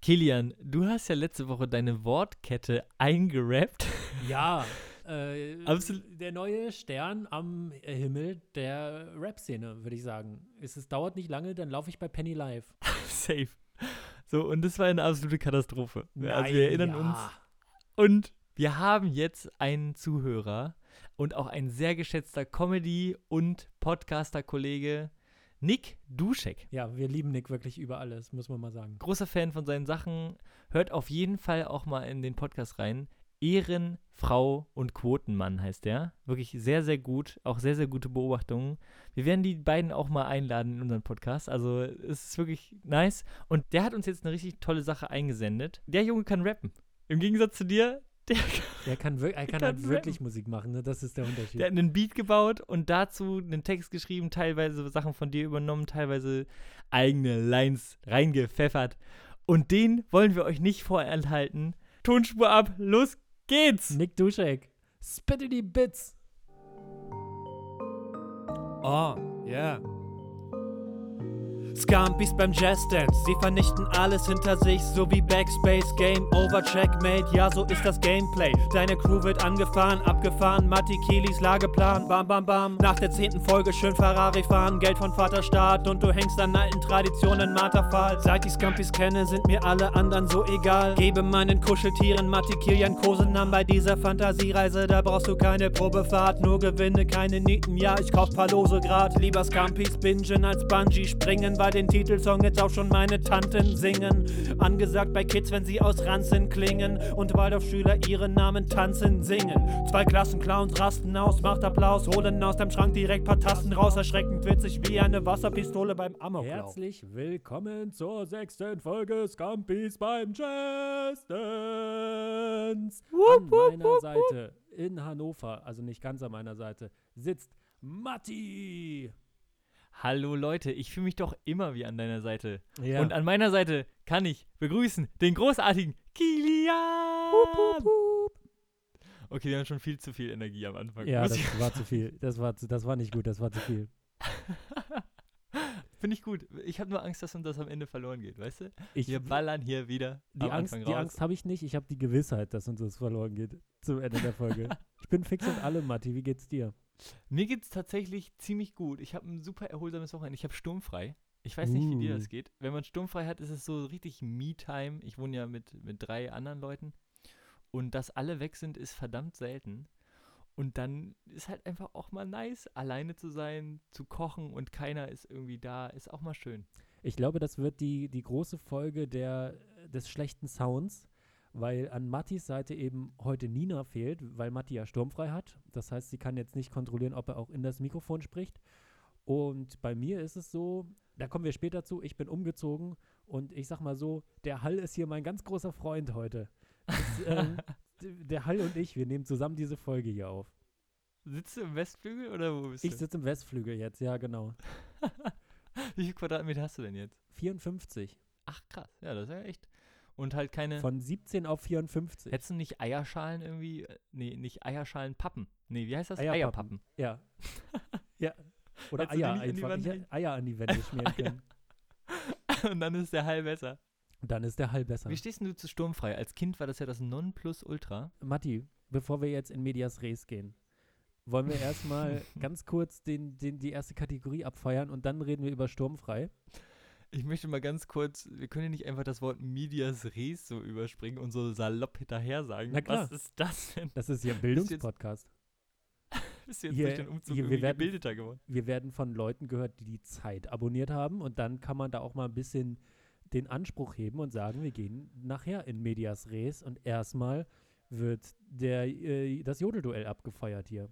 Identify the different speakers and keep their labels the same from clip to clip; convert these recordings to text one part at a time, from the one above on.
Speaker 1: Kilian, du hast ja letzte Woche deine Wortkette eingerappt.
Speaker 2: Ja,
Speaker 1: Absolut.
Speaker 2: der neue Stern am Himmel der Rap-Szene, würde ich sagen. Es dauert nicht lange, dann laufe ich bei Penny Live.
Speaker 1: Safe. So, und das war eine absolute Katastrophe.
Speaker 2: Nein,
Speaker 1: Also wir erinnern
Speaker 2: ja.
Speaker 1: uns. Und wir haben jetzt einen Zuhörer und auch ein sehr geschätzter Comedy- und Podcaster-Kollege, Nick Duschek.
Speaker 2: Ja, wir lieben Nick wirklich über alles, muss man mal sagen.
Speaker 1: Großer Fan von seinen Sachen. Hört auf jeden Fall auch mal in den Podcast rein. Ehrenfrau und Quotenmann heißt der. Wirklich sehr, sehr gut. Auch sehr, sehr gute Beobachtungen. Wir werden die beiden auch mal einladen in unseren Podcast. Also es ist wirklich nice. Und der hat uns jetzt eine richtig tolle Sache eingesendet. Der Junge kann rappen. Im Gegensatz zu dir,
Speaker 2: Er kann halt wirklich Musik machen, ne? Das ist der Unterschied.
Speaker 1: der hat einen Beat gebaut und dazu einen Text geschrieben, teilweise Sachen von dir übernommen, teilweise eigene Lines reingepfeffert. Und den wollen wir euch nicht vorenthalten. Tonspur ab, los geht's!
Speaker 2: Nick Duschek, Spittity Bits.
Speaker 3: Oh, yeah. Scampis beim Jazzdance, sie vernichten alles hinter sich, so wie Backspace, Game Over, Checkmate, ja so ist das Gameplay. Deine Crew wird angefahren, abgefahren, Matti Kilis Lageplan, bam bam bam. Nach der 10. Folge schön Ferrari fahren, Geld von Vaterstaat und du hängst an alten Traditionen Marterpfahl. Seit ich Scampis kenne, sind mir alle anderen so egal. Gebe meinen Kuscheltieren Matti Kilian Kosenamen bei dieser Fantasiereise, da brauchst du keine Probefahrt, nur Gewinne, keine Nieten, ja ich kauf paar Lose grad. Lieber Scampis bingen als Bungee springen, bei den Titelsong jetzt auch schon meine Tanten singen. Angesagt bei Kids, wenn sie aus Ranzen klingen und Waldorfschüler ihre Namen tanzen, singen. 2 Klassenclowns rasten aus, macht Applaus, holen aus dem Schrank direkt paar Tasten raus, erschreckend witzig wie eine Wasserpistole beim Amoklauf.
Speaker 2: Herzlich willkommen zur 6. Folge Scampis beim Jazz Dance. An meiner Seite in Hannover, also nicht ganz an meiner Seite, sitzt Matti.
Speaker 1: Hallo Leute, ich fühle mich doch immer wie an deiner Seite.
Speaker 2: Ja.
Speaker 1: Und an meiner Seite kann ich begrüßen den großartigen Kilian. Okay, wir haben schon viel zu viel Energie am Anfang.
Speaker 2: Ja,
Speaker 1: Muss
Speaker 2: das
Speaker 1: ich-
Speaker 2: war zu viel. Das war nicht gut, das war zu viel.
Speaker 1: Finde ich gut. Ich habe nur Angst, dass uns das am Ende verloren geht, weißt du?
Speaker 2: Ich,
Speaker 1: Wir ballern hier wieder
Speaker 2: die
Speaker 1: am
Speaker 2: Angst,
Speaker 1: Anfang
Speaker 2: die
Speaker 1: raus.
Speaker 2: Angst habe ich nicht. Ich habe die Gewissheit, dass uns das verloren geht zum Ende der Folge. Ich bin fix und alle, Matti. Wie geht's dir?
Speaker 1: Mir geht's tatsächlich ziemlich gut. Ich habe ein super erholsames Wochenende. Ich habe sturmfrei. Ich weiß nicht, wie dir das geht. Wenn man sturmfrei hat, ist es so richtig Me-Time. Ich wohne ja mit 3 anderen Leuten. Und dass alle weg sind, ist verdammt selten. Und dann ist halt einfach auch mal nice, alleine zu sein, zu kochen und keiner ist irgendwie da. Ist auch mal schön.
Speaker 2: Ich glaube, das wird die große Folge des schlechten Sounds, weil an Mattis Seite eben heute Nina fehlt, weil Matti ja sturmfrei hat. Das heißt, sie kann jetzt nicht kontrollieren, ob er auch in das Mikrofon spricht. Und bei mir ist es so, da kommen wir später zu, ich bin umgezogen und ich sag mal so, der Hall ist hier mein ganz großer Freund heute. Der Hall und ich, wir nehmen zusammen diese Folge hier auf.
Speaker 1: Sitzt du im Westflügel oder wo bist
Speaker 2: Ich
Speaker 1: du?
Speaker 2: sitze im Westflügel jetzt, ja genau.
Speaker 1: Wie viel Quadratmeter hast du denn jetzt?
Speaker 2: 54.
Speaker 1: Ach krass, ja, das ist ja echt. Und halt keine.
Speaker 2: Von 17 auf 54.
Speaker 1: Hättest du nicht Eierschalen irgendwie? Nee, nicht Eierschalenpappen. Nee, wie heißt das?
Speaker 2: Eierpappen. Ja. Ja. Oder
Speaker 1: Hättest du die
Speaker 2: Eier
Speaker 1: nicht in die
Speaker 2: einfach.
Speaker 1: Wand
Speaker 2: Ich hätte Eier an die Wände schmieren
Speaker 1: Eier.
Speaker 2: können.
Speaker 1: Und dann ist der Hall besser.
Speaker 2: Und dann ist der Hall besser.
Speaker 1: Wie stehst denn du zu sturmfrei? Als Kind war das ja das Nonplusultra.
Speaker 2: Matti, bevor wir jetzt in Medias Res gehen, wollen wir erstmal ganz kurz die erste Kategorie abfeiern und dann reden wir über sturmfrei.
Speaker 1: Ich möchte mal ganz kurz, wir können ja nicht einfach das Wort Medias Res so überspringen und so salopp hinterher sagen.
Speaker 2: Na klar.
Speaker 1: Was ist das denn?
Speaker 2: Das ist hier ein Bildungspodcast.
Speaker 1: Bist du jetzt
Speaker 2: Hier-
Speaker 1: durch den Umzug
Speaker 2: hier, wir
Speaker 1: irgendwie
Speaker 2: werden-
Speaker 1: gebildeter geworden?
Speaker 2: Wir werden von Leuten gehört, die die Zeit abonniert haben und dann kann man da auch mal ein bisschen den Anspruch heben und sagen, wir gehen nachher in Medias Res und erstmal wird das Jodelduell abgefeiert hier.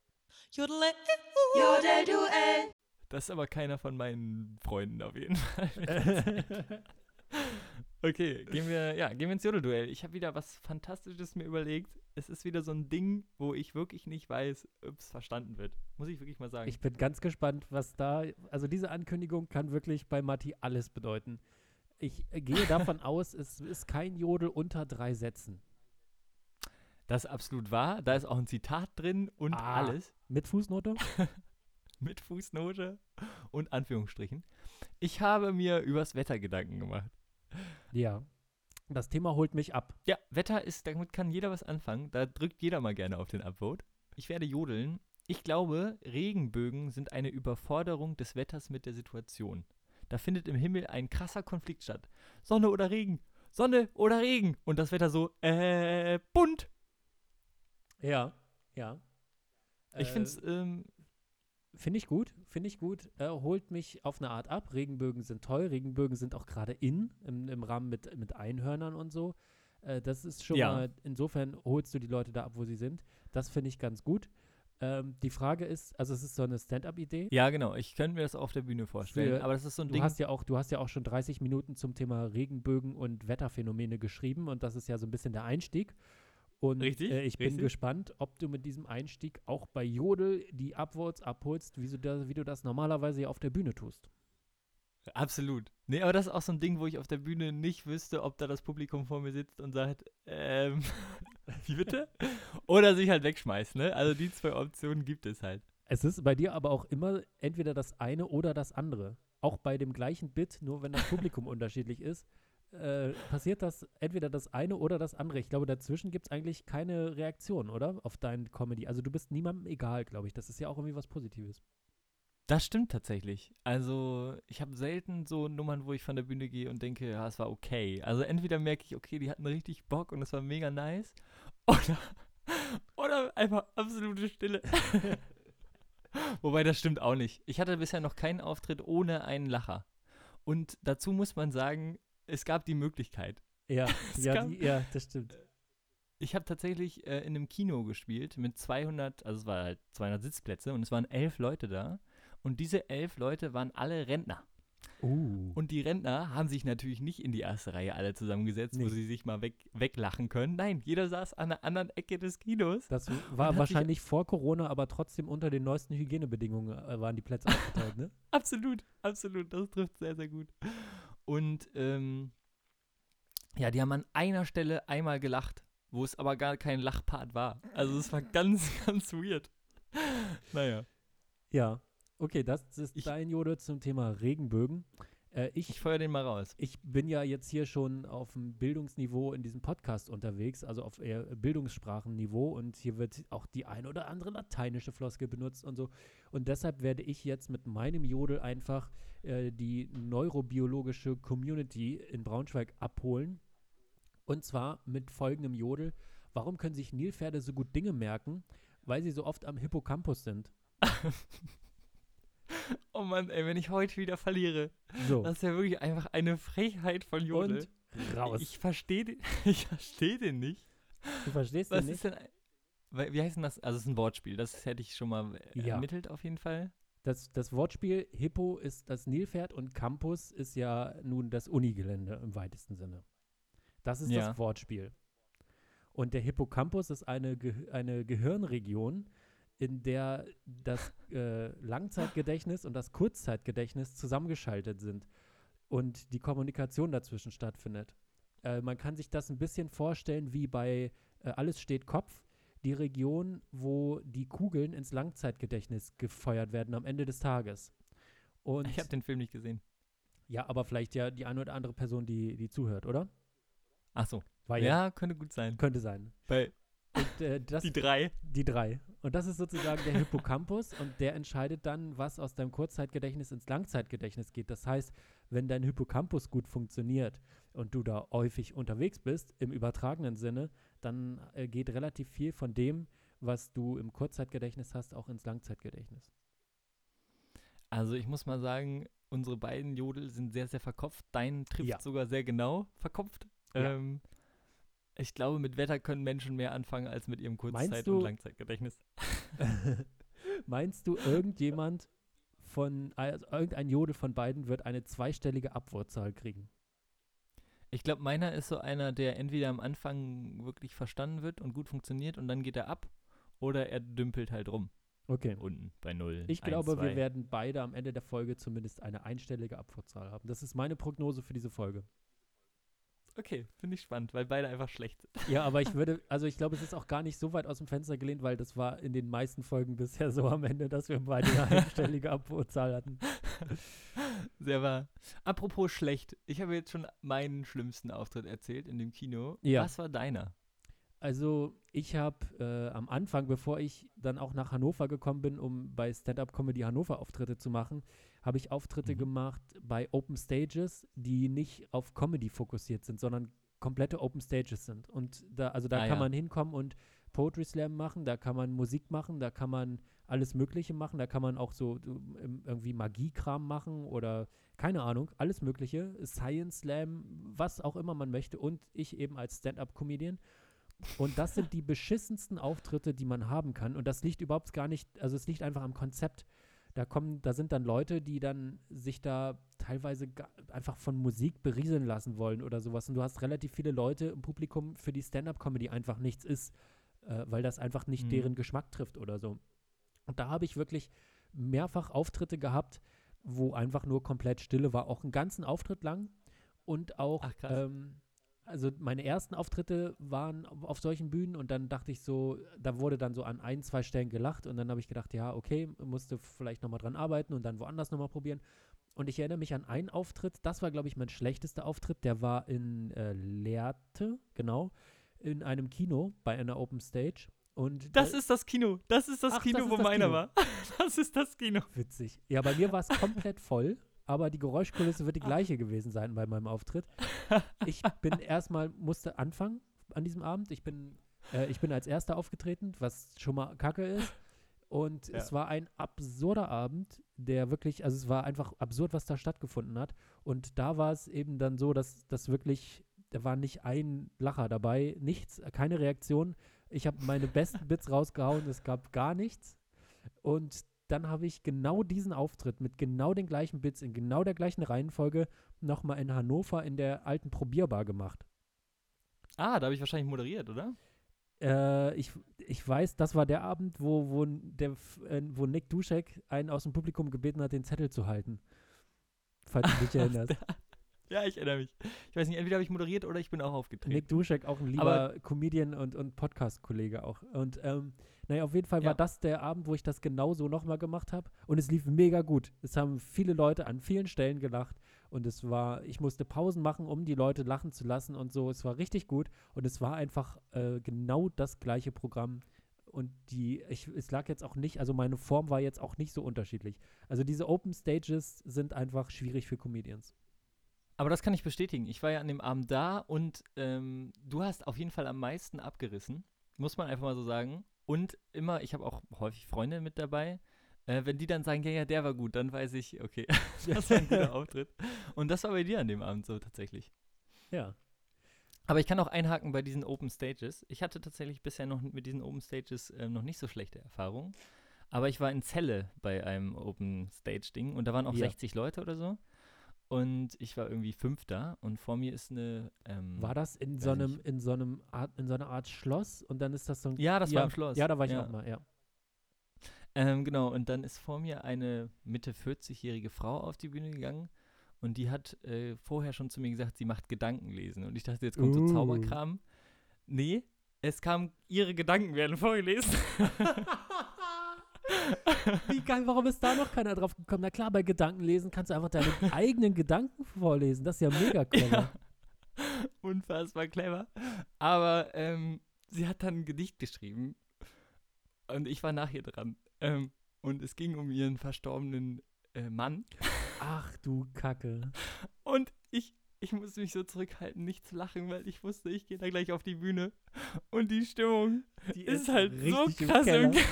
Speaker 4: Jodelduell.
Speaker 1: Das ist aber keiner von meinen Freunden auf jeden Fall. Okay, gehen wir ins Jodelduell. Ich habe wieder was Fantastisches mir überlegt. Es ist wieder so ein Ding, wo ich wirklich nicht weiß, ob es verstanden wird. Muss ich wirklich mal sagen.
Speaker 2: Ich bin ganz gespannt, also diese Ankündigung kann wirklich bei Matti alles bedeuten. Ich gehe davon aus, es ist kein Jodel unter 3 Sätzen.
Speaker 1: Das ist absolut wahr. Da ist auch ein Zitat drin und alles.
Speaker 2: Mit Fußnote?
Speaker 1: Mit Fußnote und Anführungsstrichen. Ich habe mir übers Wetter Gedanken gemacht.
Speaker 2: Ja. Das Thema holt mich ab.
Speaker 1: Ja, Wetter ist, damit kann jeder was anfangen. Da drückt jeder mal gerne auf den Upvote. Ich werde jodeln. Ich glaube, Regenbögen sind eine Überforderung des Wetters mit der Situation. Da findet im Himmel ein krasser Konflikt statt. Sonne oder Regen? Sonne oder Regen? Und das Wetter so, bunt.
Speaker 2: Ja.
Speaker 1: Ich finde es,
Speaker 2: Finde ich gut. Holt mich auf eine Art ab. Regenbögen sind toll. Regenbögen sind auch gerade im Rahmen mit Einhörnern und so. Das ist schon mal, insofern holst du die Leute da ab, wo sie sind. Das finde ich ganz gut. Die Frage ist, also es ist so eine Stand-up-Idee.
Speaker 1: ja, genau. Ich könnte mir das auf der Bühne vorstellen. Aber das ist so ein
Speaker 2: Du
Speaker 1: Ding.
Speaker 2: hast ja auch schon 30 Minuten zum Thema Regenbögen und Wetterphänomene geschrieben und das ist ja so ein bisschen der Einstieg. Und
Speaker 1: Richtig,
Speaker 2: ich bin
Speaker 1: richtig.
Speaker 2: gespannt, ob du mit diesem Einstieg auch bei Jodel die Upvotes abholst, wie du das normalerweise auf der Bühne tust.
Speaker 1: Absolut. Nee, aber das ist auch so ein Ding, wo ich auf der Bühne nicht wüsste, ob da das Publikum vor mir sitzt und sagt, wie bitte? Oder sich halt wegschmeißt, ne? Also die 2 Optionen gibt es halt.
Speaker 2: Es ist bei dir aber auch immer entweder das eine oder das andere. Auch bei dem gleichen Bit, nur wenn das Publikum unterschiedlich ist, passiert das entweder das eine oder das andere. Ich glaube, dazwischen gibt es eigentlich keine Reaktion, oder? Auf deine Comedy. Also du bist niemandem egal, glaube ich. Das ist ja auch irgendwie was Positives.
Speaker 1: Das stimmt tatsächlich. Also ich habe selten so Nummern, wo ich von der Bühne gehe und denke, ja, es war okay. Also entweder merke ich, okay, die hatten richtig Bock und es war mega nice. Oder einfach absolute Stille. Wobei, das stimmt auch nicht. Ich hatte bisher noch keinen Auftritt ohne einen Lacher. Und dazu muss man sagen, es gab die Möglichkeit.
Speaker 2: Ja, das stimmt.
Speaker 1: Ich habe tatsächlich in einem Kino gespielt mit 200, also es war halt 200 Sitzplätze und es waren 11 Leute da. Und diese 11 Leute waren alle Rentner. Und die Rentner haben sich natürlich nicht in die erste Reihe alle zusammengesetzt, wo sie sich mal weglachen können. Nein, jeder saß an einer anderen Ecke des Kinos.
Speaker 2: Das war wahrscheinlich vor Corona, aber trotzdem unter den neuesten Hygienebedingungen waren die Plätze aufgeteilt, ne?
Speaker 1: Absolut. Das trifft sehr, sehr gut. Und ja, die haben an einer Stelle einmal gelacht, wo es aber gar kein Lachpart war. Also es war ganz, ganz weird. Naja.
Speaker 2: Ja, okay, das ist dein Jodel zum Thema Regenbögen.
Speaker 1: Ich feuer den mal raus.
Speaker 2: Ich bin ja jetzt hier schon auf dem Bildungsniveau in diesem Podcast unterwegs, also auf eher Bildungssprachenniveau und hier wird auch die ein oder andere lateinische Floskel benutzt und so. Und deshalb werde ich jetzt mit meinem Jodel einfach die neurobiologische Community in Braunschweig abholen. Und zwar mit folgendem Jodel. Warum können sich Nilpferde so gut Dinge merken? Weil sie so oft am Hippocampus sind.
Speaker 1: Oh Mann, ey, wenn ich heute wieder verliere.
Speaker 2: So.
Speaker 1: Das ist ja wirklich einfach eine Frechheit von Jodel.
Speaker 2: Und raus.
Speaker 1: Ich verstehe den nicht.
Speaker 2: Du verstehst
Speaker 1: Was
Speaker 2: den
Speaker 1: ist
Speaker 2: nicht?
Speaker 1: denn, wie heißt denn das? Also es ist ein Wortspiel, das hätte ich schon mal ermittelt auf jeden Fall.
Speaker 2: Das Wortspiel Hippo ist das Nilpferd und Campus ist ja nun das Unigelände im weitesten Sinne. Das ist das Wortspiel. Und der Hippocampus ist eine Gehirnregion, in der das Langzeitgedächtnis und das Kurzzeitgedächtnis zusammengeschaltet sind und die Kommunikation dazwischen stattfindet. Man kann sich das ein bisschen vorstellen wie bei Alles steht Kopf, die Region, wo die Kugeln ins Langzeitgedächtnis gefeuert werden am Ende des Tages. Und
Speaker 1: Ich habe den Film nicht gesehen.
Speaker 2: ja, aber vielleicht ja die eine oder andere Person, die zuhört, oder?
Speaker 1: Ach so.
Speaker 2: War
Speaker 1: Ja, könnte gut sein.
Speaker 2: Könnte sein.
Speaker 1: Bei
Speaker 2: Und,
Speaker 1: die 3.
Speaker 2: Die 3. Und das ist sozusagen der Hippocampus und der entscheidet dann, was aus deinem Kurzzeitgedächtnis ins Langzeitgedächtnis geht. Das heißt, wenn dein Hippocampus gut funktioniert und du da häufig unterwegs bist, im übertragenen Sinne, dann geht relativ viel von dem, was du im Kurzzeitgedächtnis hast, auch ins Langzeitgedächtnis.
Speaker 1: Also ich muss mal sagen, unsere beiden Jodel sind sehr, sehr verkopft. Dein trifft sogar sehr genau verkopft.
Speaker 2: Ja.
Speaker 1: Ich glaube, mit Wetter können Menschen mehr anfangen als mit ihrem Kurzzeit- und Langzeitgedächtnis.
Speaker 2: Meinst du, irgendein Jodel von beiden wird eine zweistellige Abwurfzahl kriegen?
Speaker 1: Ich glaube, meiner ist so einer, der entweder am Anfang wirklich verstanden wird und gut funktioniert und dann geht er ab oder er dümpelt halt rum.
Speaker 2: Okay.
Speaker 1: Unten bei 0.
Speaker 2: Ich
Speaker 1: 1,
Speaker 2: glaube,
Speaker 1: 2.
Speaker 2: wir werden beide am Ende der Folge zumindest eine einstellige Abwurfzahl haben. Das ist meine Prognose für diese Folge.
Speaker 1: Okay, finde ich spannend, weil beide einfach schlecht sind.
Speaker 2: Ja, aber ich glaube, es ist auch gar nicht so weit aus dem Fenster gelehnt, weil das war in den meisten Folgen bisher so am Ende, dass wir beide eine einstellige Abwurfzahl hatten.
Speaker 1: Sehr wahr. Apropos schlecht, ich habe jetzt schon meinen schlimmsten Auftritt erzählt in dem Kino.
Speaker 2: Ja.
Speaker 1: Was war deiner?
Speaker 2: Also ich habe am Anfang, bevor ich dann auch nach Hannover gekommen bin, um bei Stand-Up Comedy Hannover Auftritte zu machen, habe ich Auftritte gemacht bei Open Stages, die nicht auf Comedy fokussiert sind, sondern komplette Open Stages sind. Und da kann man hinkommen und Poetry Slam machen, da kann man Musik machen, da kann man alles Mögliche machen, da kann man auch so irgendwie Magiekram machen oder keine Ahnung, alles Mögliche, Science Slam, was auch immer man möchte und ich eben als Stand-Up-Comedian. Und das sind die beschissensten Auftritte, die man haben kann. Und das liegt überhaupt gar nicht, also es liegt einfach am Konzept. Da sind dann Leute, die dann sich da teilweise einfach von Musik berieseln lassen wollen oder sowas. Und du hast relativ viele Leute im Publikum, für die Stand-Up-Comedy einfach nichts ist, weil das einfach nicht deren Geschmack trifft oder so. Und da habe ich wirklich mehrfach Auftritte gehabt, wo einfach nur komplett Stille war, auch einen ganzen Auftritt lang. Und auch, also meine ersten Auftritte waren auf solchen Bühnen und dann dachte ich so, da wurde dann so an 1, 2 Stellen gelacht und dann habe ich gedacht, ja, okay, musste vielleicht nochmal dran arbeiten und dann woanders nochmal probieren. Und ich erinnere mich an einen Auftritt, das war, glaube ich, mein schlechtester Auftritt, der war in Lehrte, genau, in einem Kino bei einer Open Stage. Und
Speaker 1: das ist das Kino, wo meiner war. Das ist das Kino.
Speaker 2: Witzig. Ja, bei mir war es komplett voll. Aber die Geräuschkulisse wird die gleiche gewesen sein bei meinem Auftritt. Ich musste anfangen an diesem Abend. Ich bin als Erster aufgetreten, was schon mal kacke ist. Und es war ein absurder Abend, der wirklich, also es war einfach absurd, was da stattgefunden hat. Und da war es eben dann so, dass das wirklich, da war nicht ein Lacher dabei, nichts, keine Reaktion. Ich habe meine besten Bits rausgehauen, es gab gar nichts. Und dann habe ich genau diesen Auftritt mit genau den gleichen Bits in genau der gleichen Reihenfolge nochmal in Hannover in der alten Probierbar gemacht.
Speaker 1: Ah, da habe ich wahrscheinlich moderiert, oder?
Speaker 2: Ich weiß, das war der Abend, wo Nick Duschek einen aus dem Publikum gebeten hat, den Zettel zu halten. Falls du dich erinnerst.
Speaker 1: Ja, ich erinnere mich. Ich weiß nicht, entweder habe ich moderiert oder ich bin auch aufgetreten.
Speaker 2: Nick Duschek, auch ein lieber Comedian und Podcast-Kollege auch. Und auf jeden Fall war das der Abend, wo ich das genau so nochmal gemacht habe. Und es lief mega gut. Es haben viele Leute an vielen Stellen gelacht. Und ich musste Pausen machen, um die Leute lachen zu lassen und so. Es war richtig gut. Und es war einfach genau das gleiche Programm. Und es lag jetzt auch nicht, also meine Form war jetzt auch nicht so unterschiedlich. Also diese Open Stages sind einfach schwierig für Comedians.
Speaker 1: Aber das kann ich bestätigen. Ich war ja an dem Abend da und du hast auf jeden Fall am meisten abgerissen. Muss man einfach mal so sagen. Und immer, ich habe auch häufig Freunde mit dabei. Wenn die dann sagen, ja, der war gut, dann weiß ich, okay, das war ein guter Auftritt. Und das war bei dir an dem Abend so tatsächlich.
Speaker 2: Ja.
Speaker 1: Aber ich kann auch einhaken bei diesen Open Stages. Ich hatte tatsächlich bisher noch mit diesen Open Stages noch nicht so schlechte Erfahrungen. Aber ich war in Celle bei einem Open Stage-Ding und da waren auch 60 Leute oder so. Und ich war irgendwie 5. und vor mir ist eine
Speaker 2: war das in so einer Art Schloss und dann ist das so ein...
Speaker 1: Ja, das war im Schloss.
Speaker 2: Ja, da war ich auch mal, ja.
Speaker 1: Genau, und dann ist vor mir eine Mitte 40-jährige Frau auf die Bühne gegangen und die hat vorher schon zu mir gesagt, sie macht Gedankenlesen. Und ich dachte, jetzt kommt so Zauberkram. Nee, es kam, ihre Gedanken werden vorgelesen.
Speaker 2: Wie geil, warum ist da noch keiner drauf gekommen? Na klar, bei Gedankenlesen kannst du einfach deine eigenen Gedanken vorlesen. Das ist ja mega clever.
Speaker 1: Ja, unfassbar clever. Aber sie hat dann ein Gedicht geschrieben und ich war nach ihr dran. Und es ging um ihren verstorbenen Mann.
Speaker 2: Ach du Kacke.
Speaker 1: Und ich musste mich so zurückhalten, nicht zu lachen, weil ich wusste, ich gehe da gleich auf die Bühne. Und die Stimmung ist halt so krass im Keller.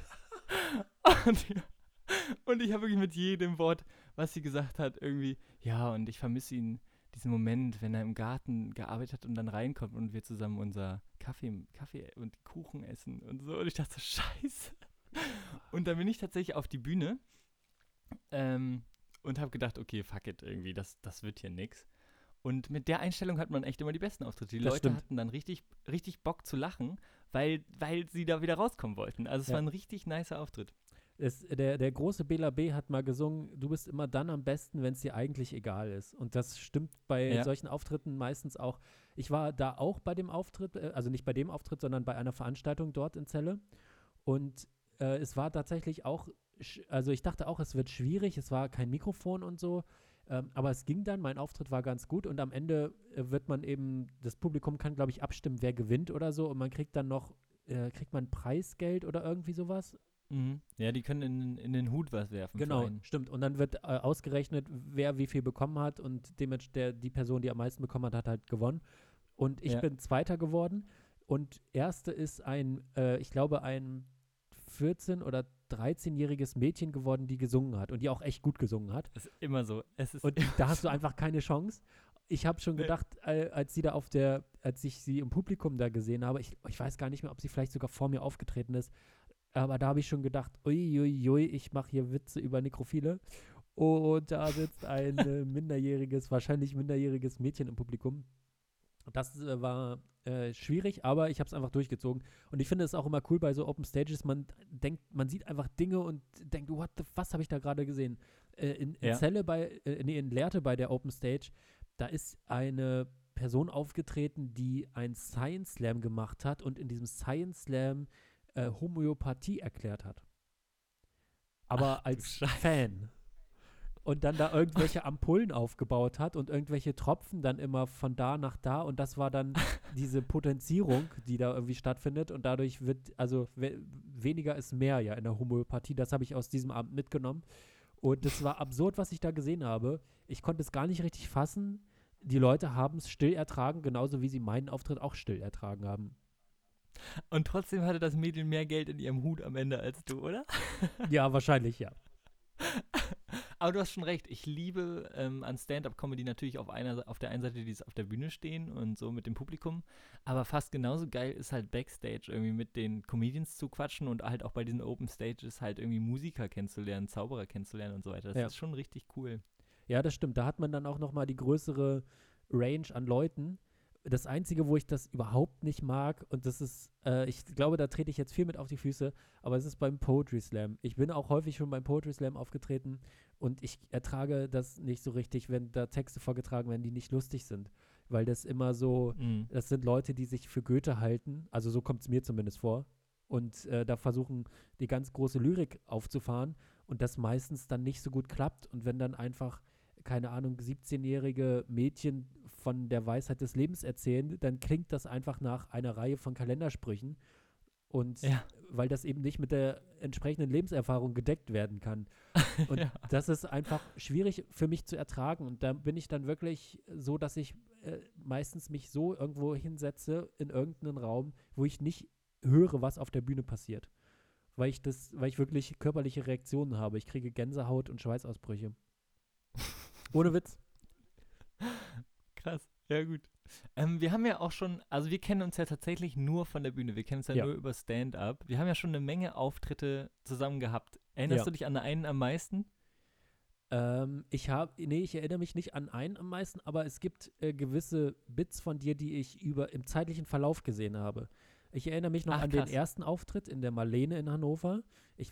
Speaker 1: Und ich habe wirklich mit jedem Wort, was sie gesagt hat, irgendwie, ja, und ich vermisse ihn, diesen Moment, wenn er im Garten gearbeitet hat und dann reinkommt und wir zusammen unser Kaffee und Kuchen essen und so. Und ich dachte so, scheiße. Und dann bin ich tatsächlich auf die Bühne und habe gedacht, okay, fuck it, irgendwie, das wird hier nix. Und mit der Einstellung hat man echt immer die besten Auftritte. Die Leute hatten dann richtig, richtig Bock zu lachen, weil sie da wieder rauskommen wollten. Also es war ein richtig nicer Auftritt.
Speaker 2: Der große Bela B. hat mal gesungen, du bist immer dann am besten, wenn es dir eigentlich egal ist. Und das stimmt bei solchen Auftritten meistens auch. Ich war da auch bei dem Auftritt, also nicht bei dem Auftritt, sondern bei einer Veranstaltung dort in Celle. Und es war tatsächlich auch, also ich dachte auch, es wird schwierig, es war kein Mikrofon und so. Aber es ging dann, mein Auftritt war ganz gut und am Ende wird man eben, das Publikum kann, glaube ich, abstimmen, wer gewinnt oder so und man kriegt dann noch, kriegt man Preisgeld oder irgendwie sowas.
Speaker 1: Mhm. Ja, die können in den Hut was werfen.
Speaker 2: Genau, stimmt. Und dann wird ausgerechnet, wer wie viel bekommen hat und dementsprechend die Person, die am meisten bekommen hat, hat halt gewonnen. Und ich bin Zweiter geworden und Erste ist ich glaube, ein 14- oder 13-jähriges Mädchen geworden, die gesungen hat und die auch echt gut gesungen hat.
Speaker 1: Das ist immer so.
Speaker 2: Und da hast du einfach keine Chance. Ich habe schon gedacht, als ich sie im Publikum da gesehen habe, ich weiß gar nicht mehr, ob sie vielleicht sogar vor mir aufgetreten ist, aber da habe ich schon gedacht, uiuiui, ich mache hier Witze über Nekrophile und da sitzt ein wahrscheinlich minderjähriges Mädchen im Publikum. Das war schwierig, aber ich habe es einfach durchgezogen. Und ich finde es auch immer cool bei so Open Stages, man sieht einfach Dinge und denkt, was habe ich da gerade gesehen? In Celle in Lehrte bei der Open Stage, da ist eine Person aufgetreten, die ein Science Slam gemacht hat und in diesem Science Slam Homöopathie erklärt hat. Aber als Fan. Und dann da irgendwelche Ampullen aufgebaut hat und irgendwelche Tropfen dann immer von da nach da und das war dann diese Potenzierung, die da irgendwie stattfindet und dadurch wird, also weniger ist mehr ja in der Homöopathie, das habe ich aus diesem Abend mitgenommen und das war absurd, was ich da gesehen habe. Ich konnte es gar nicht richtig fassen. Die Leute haben es still ertragen, genauso wie sie meinen Auftritt auch still ertragen haben.
Speaker 1: Und trotzdem hatte das Mädel mehr Geld in ihrem Hut am Ende als du, oder?
Speaker 2: Ja, wahrscheinlich, ja.
Speaker 1: Aber du hast schon recht, ich liebe an Stand-Up-Comedy natürlich auf der einen Seite, die auf der Bühne stehen und so mit dem Publikum, aber fast genauso geil ist halt Backstage irgendwie mit den Comedians zu quatschen und halt auch bei diesen Open Stages halt irgendwie Musiker kennenzulernen, Zauberer kennenzulernen und so weiter. Das ist schon richtig cool.
Speaker 2: Ja, das stimmt. Da hat man dann auch nochmal die größere Range an Leuten. Das Einzige, wo ich das überhaupt nicht mag, und das ist, ich glaube, da trete ich jetzt viel mit auf die Füße, aber es ist beim Poetry Slam. Ich bin auch häufig schon beim Poetry Slam aufgetreten und ich ertrage das nicht so richtig, wenn da Texte vorgetragen werden, die nicht lustig sind. Weil das immer so, das sind Leute, die sich für Goethe halten, also so kommt es mir zumindest vor, und da versuchen, die ganz große Lyrik aufzufahren und das meistens dann nicht so gut klappt und wenn dann einfach keine Ahnung, 17-jährige Mädchen von der Weisheit des Lebens erzählen, dann klingt das einfach nach einer Reihe von Kalendersprüchen. Und weil das eben nicht mit der entsprechenden Lebenserfahrung gedeckt werden kann. Und das ist einfach schwierig für mich zu ertragen. Und da bin ich dann wirklich so, dass ich meistens mich so irgendwo hinsetze in irgendeinen Raum, wo ich nicht höre, was auf der Bühne passiert. Weil ich wirklich körperliche Reaktionen habe. Ich kriege Gänsehaut und Schweißausbrüche. Ohne Witz.
Speaker 1: Krass, ja gut. Wir haben ja auch schon, also wir kennen uns ja tatsächlich nur von der Bühne, wir kennen uns ja nur über Stand-Up. Wir haben ja schon eine Menge Auftritte zusammen gehabt. Erinnerst du dich an einen am meisten?
Speaker 2: Ich erinnere mich nicht an einen am meisten, aber es gibt gewisse Bits von dir, die ich im zeitlichen Verlauf gesehen habe. Ich erinnere mich noch an den ersten Auftritt in der Marlene in Hannover.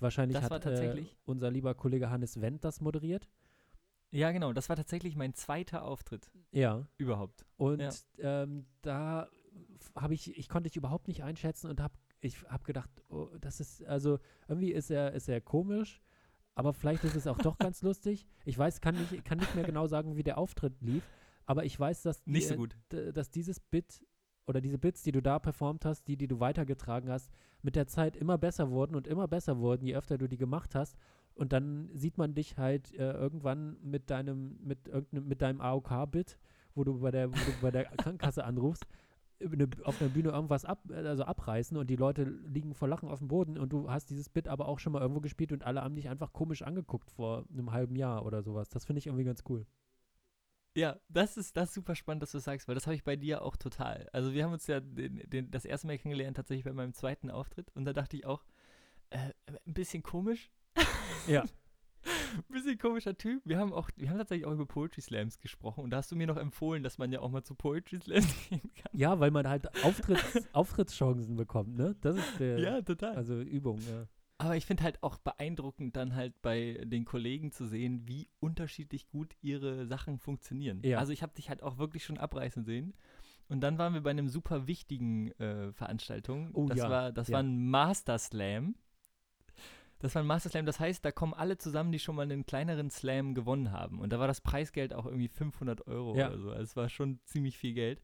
Speaker 2: Unser lieber Kollege Hannes Wendt das moderiert.
Speaker 1: Ja, genau. Das war tatsächlich mein zweiter Auftritt.
Speaker 2: Ja.
Speaker 1: Überhaupt.
Speaker 2: Und da konnte ich überhaupt nicht einschätzen und ich habe gedacht, oh, das ist, also irgendwie ist er komisch, aber vielleicht ist es auch doch ganz lustig. Ich weiß, kann nicht mehr genau sagen, wie der Auftritt lief, aber ich weiß, dass
Speaker 1: nicht so gut.
Speaker 2: Dass dieses Bit oder diese Bits, die du da performt hast, die du weitergetragen hast, mit der Zeit immer besser wurden, je öfter du die gemacht hast. Und dann sieht man dich halt irgendwann mit deinem AOK-Bit, wo du bei der Krankenkasse anrufst, auf der Bühne irgendwas abreißen und die Leute liegen vor Lachen auf dem Boden und du hast dieses Bit aber auch schon mal irgendwo gespielt und alle haben dich einfach komisch angeguckt vor einem halben Jahr oder sowas. Das finde ich irgendwie ganz cool.
Speaker 1: Ja, das ist super spannend, dass du sagst, weil das habe ich bei dir auch total. Also wir haben uns ja das erste Mal kennengelernt tatsächlich bei meinem zweiten Auftritt und da dachte ich auch, ein bisschen komisch.
Speaker 2: Ja.
Speaker 1: Ein bisschen komischer Typ. Wir haben tatsächlich auch über Poetry Slams gesprochen und da hast du mir noch empfohlen, dass man ja auch mal zu Poetry Slams gehen kann.
Speaker 2: Ja, weil man halt Auftrittschancen bekommt, ne? Das ist
Speaker 1: ja, total.
Speaker 2: Also Übung, ja.
Speaker 1: Aber ich finde halt auch beeindruckend, dann halt bei den Kollegen zu sehen, wie unterschiedlich gut ihre Sachen funktionieren.
Speaker 2: Ja.
Speaker 1: Also ich habe dich halt auch wirklich schon abreißen sehen. Und dann waren wir bei einem super wichtigen Veranstaltung.
Speaker 2: Oh
Speaker 1: das
Speaker 2: ja,
Speaker 1: war ein Master Slam. Das war ein Master Slam, das heißt, da kommen alle zusammen, die schon mal einen kleineren Slam gewonnen haben. Und da war das Preisgeld auch irgendwie 500 €
Speaker 2: Ja.
Speaker 1: oder so. Also es war schon ziemlich viel Geld.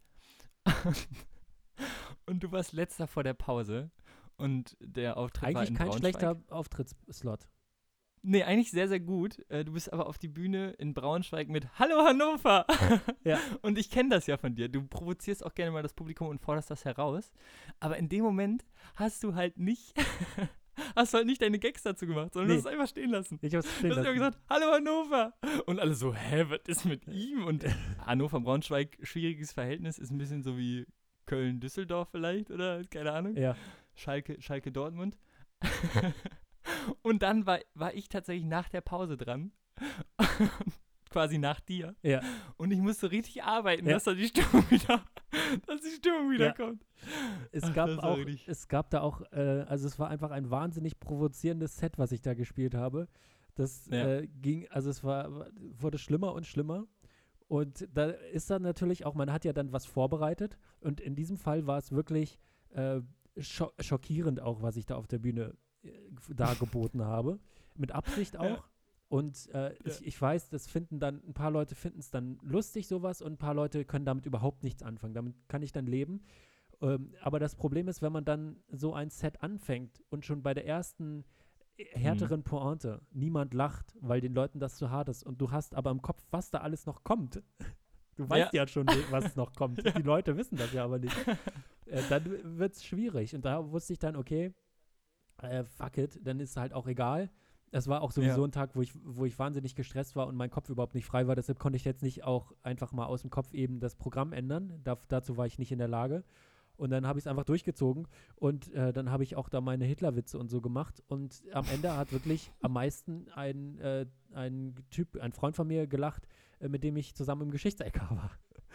Speaker 1: Und du warst letzter vor der Pause. Und der Auftritt war
Speaker 2: Eigentlich
Speaker 1: in
Speaker 2: kein
Speaker 1: Braunschweig.
Speaker 2: schlechter Auftrittsslot.
Speaker 1: Nee, eigentlich sehr, sehr gut. Du bist aber auf die Bühne in Braunschweig mit Hallo Hannover!
Speaker 2: Ja.
Speaker 1: Und ich kenne das ja von dir. Du provozierst auch gerne mal das Publikum und forderst das heraus. Aber in dem Moment hast du halt nicht deine Gags dazu gemacht, sondern
Speaker 2: Nee.
Speaker 1: du hast es einfach stehen lassen.
Speaker 2: Ich hab's
Speaker 1: Du
Speaker 2: stehen
Speaker 1: hast immer
Speaker 2: lassen.
Speaker 1: gesagt, Hallo Hannover! Und alle so, hä, was ist mit ihm? Und Hannover-Braunschweig, schwieriges Verhältnis, ist ein bisschen so wie Köln-Düsseldorf vielleicht, oder? Keine Ahnung.
Speaker 2: Ja.
Speaker 1: Schalke Dortmund. Und dann war ich tatsächlich nach der Pause dran. Quasi nach dir.
Speaker 2: Ja.
Speaker 1: Und ich musste richtig arbeiten,
Speaker 2: Ja.
Speaker 1: dass die Stimmung wieder
Speaker 2: Ja.
Speaker 1: kommt.
Speaker 2: Es
Speaker 1: Ach,
Speaker 2: gab
Speaker 1: das war
Speaker 2: auch,
Speaker 1: richtig-
Speaker 2: es gab da auch, also es war einfach ein wahnsinnig provozierendes Set, was ich da gespielt habe. Das
Speaker 1: Ja.
Speaker 2: wurde schlimmer und schlimmer. Und da ist dann natürlich auch, man hat ja dann was vorbereitet. Und in diesem Fall war es wirklich schockierend auch, was ich da auf der Bühne dargeboten habe. Mit Absicht auch.
Speaker 1: Ja.
Speaker 2: Und ich weiß, ein paar Leute finden es dann lustig, sowas, und ein paar Leute können damit überhaupt nichts anfangen. Damit kann ich dann leben. Aber das Problem ist, wenn man dann so ein Set anfängt und schon bei der ersten härteren Pointe niemand lacht, weil den Leuten das zu hart ist, und du hast aber im Kopf, was da alles noch kommt. Du weißt ja schon, was noch kommt. Die Leute wissen das ja aber nicht. Dann wird es schwierig. Und da wusste ich dann, okay, fuck it, dann ist es halt auch egal. Es war auch sowieso ein Tag, wo ich wahnsinnig gestresst war und mein Kopf überhaupt nicht frei war. Deshalb konnte ich jetzt nicht auch einfach mal aus dem Kopf eben das Programm ändern. Dazu war ich nicht in der Lage. Und dann habe ich es einfach durchgezogen. Und dann habe ich auch da meine Hitlerwitze und so gemacht. Und am Ende hat wirklich am meisten ein Freund von mir gelacht, mit dem ich zusammen im Geschichts-LK war.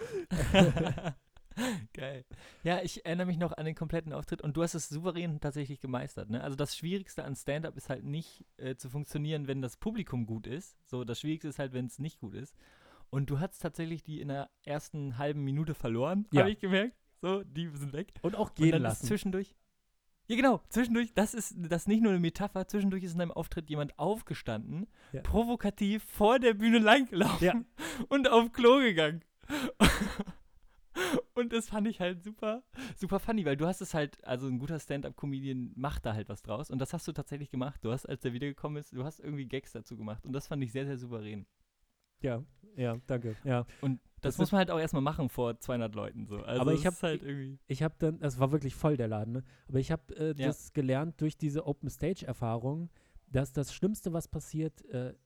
Speaker 1: Geil. Ja, ich erinnere mich noch an den kompletten Auftritt und du hast es souverän tatsächlich gemeistert. Ne? Also das Schwierigste an Stand-Up ist halt nicht zu funktionieren, wenn das Publikum gut ist. So, das Schwierigste ist halt, wenn es nicht gut ist. Und du hast tatsächlich die in der ersten halben Minute verloren,
Speaker 2: Ja.
Speaker 1: habe ich gemerkt. So, die sind weg.
Speaker 2: Und auch
Speaker 1: Und
Speaker 2: gehen
Speaker 1: dann ist
Speaker 2: lassen.
Speaker 1: zwischendurch. Ja, genau, zwischendurch, das ist nicht nur eine Metapher, zwischendurch ist in einem Auftritt jemand aufgestanden,
Speaker 2: Ja.
Speaker 1: provokativ vor der Bühne langgelaufen
Speaker 2: Ja.
Speaker 1: und auf Klo gegangen. Und das fand ich halt super, super funny, weil du hast es halt, also ein guter Stand-Up-Comedian macht da halt was draus und das hast du tatsächlich gemacht. Du hast, als der wiedergekommen ist, du hast irgendwie Gags dazu gemacht und das fand ich sehr, sehr souverän.
Speaker 2: Ja, danke. Ja.
Speaker 1: Und das
Speaker 2: Das
Speaker 1: muss
Speaker 2: ist-
Speaker 1: man halt auch erstmal machen vor 200 Leuten so. Also
Speaker 2: Aber
Speaker 1: das
Speaker 2: ich hab-
Speaker 1: ist halt irgendwie.
Speaker 2: Ich habe dann, es war wirklich voll der Laden, ne? Aber ich habe
Speaker 1: Ja.
Speaker 2: das gelernt durch diese Open-Stage-Erfahrung, dass das Schlimmste, was passiert,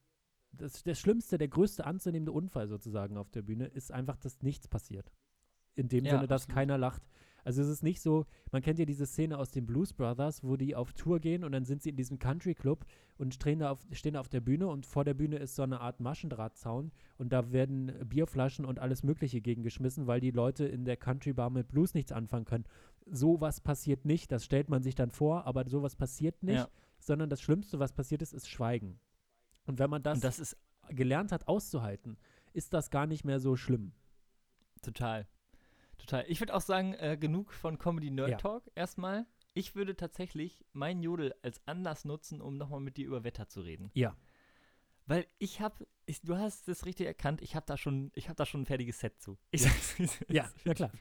Speaker 2: das Schlimmste, der größte anzunehmende Unfall sozusagen auf der Bühne, ist einfach, dass nichts passiert. In dem
Speaker 1: Ja,
Speaker 2: Sinne, dass
Speaker 1: absolut.
Speaker 2: keiner lacht. Also es ist nicht so, man kennt ja diese Szene aus den Blues Brothers, wo die auf Tour gehen und dann sind sie in diesem Country Club und stehen da auf der Bühne und vor der Bühne ist so eine Art Maschendrahtzaun und da werden Bierflaschen und alles Mögliche gegengeschmissen, weil die Leute in der Country Bar mit Blues nichts anfangen können. Sowas passiert nicht, das stellt man sich dann vor, aber sowas passiert nicht,
Speaker 1: Ja.
Speaker 2: sondern das Schlimmste, was passiert ist Schweigen. Und wenn man
Speaker 1: Und das ist
Speaker 2: gelernt hat auszuhalten, ist das gar nicht mehr so schlimm.
Speaker 1: total. Total. Ich würde auch sagen, genug von Comedy Nerd
Speaker 2: Ja.
Speaker 1: Talk erstmal. Ich würde tatsächlich meinen Jodel als Anlass nutzen, um nochmal mit dir über Wetter zu reden.
Speaker 2: Ja.
Speaker 1: Weil du hast es richtig erkannt, ich habe da schon ein fertiges Set zu. Ich sag's, wie es ist.
Speaker 2: Ja, na klar.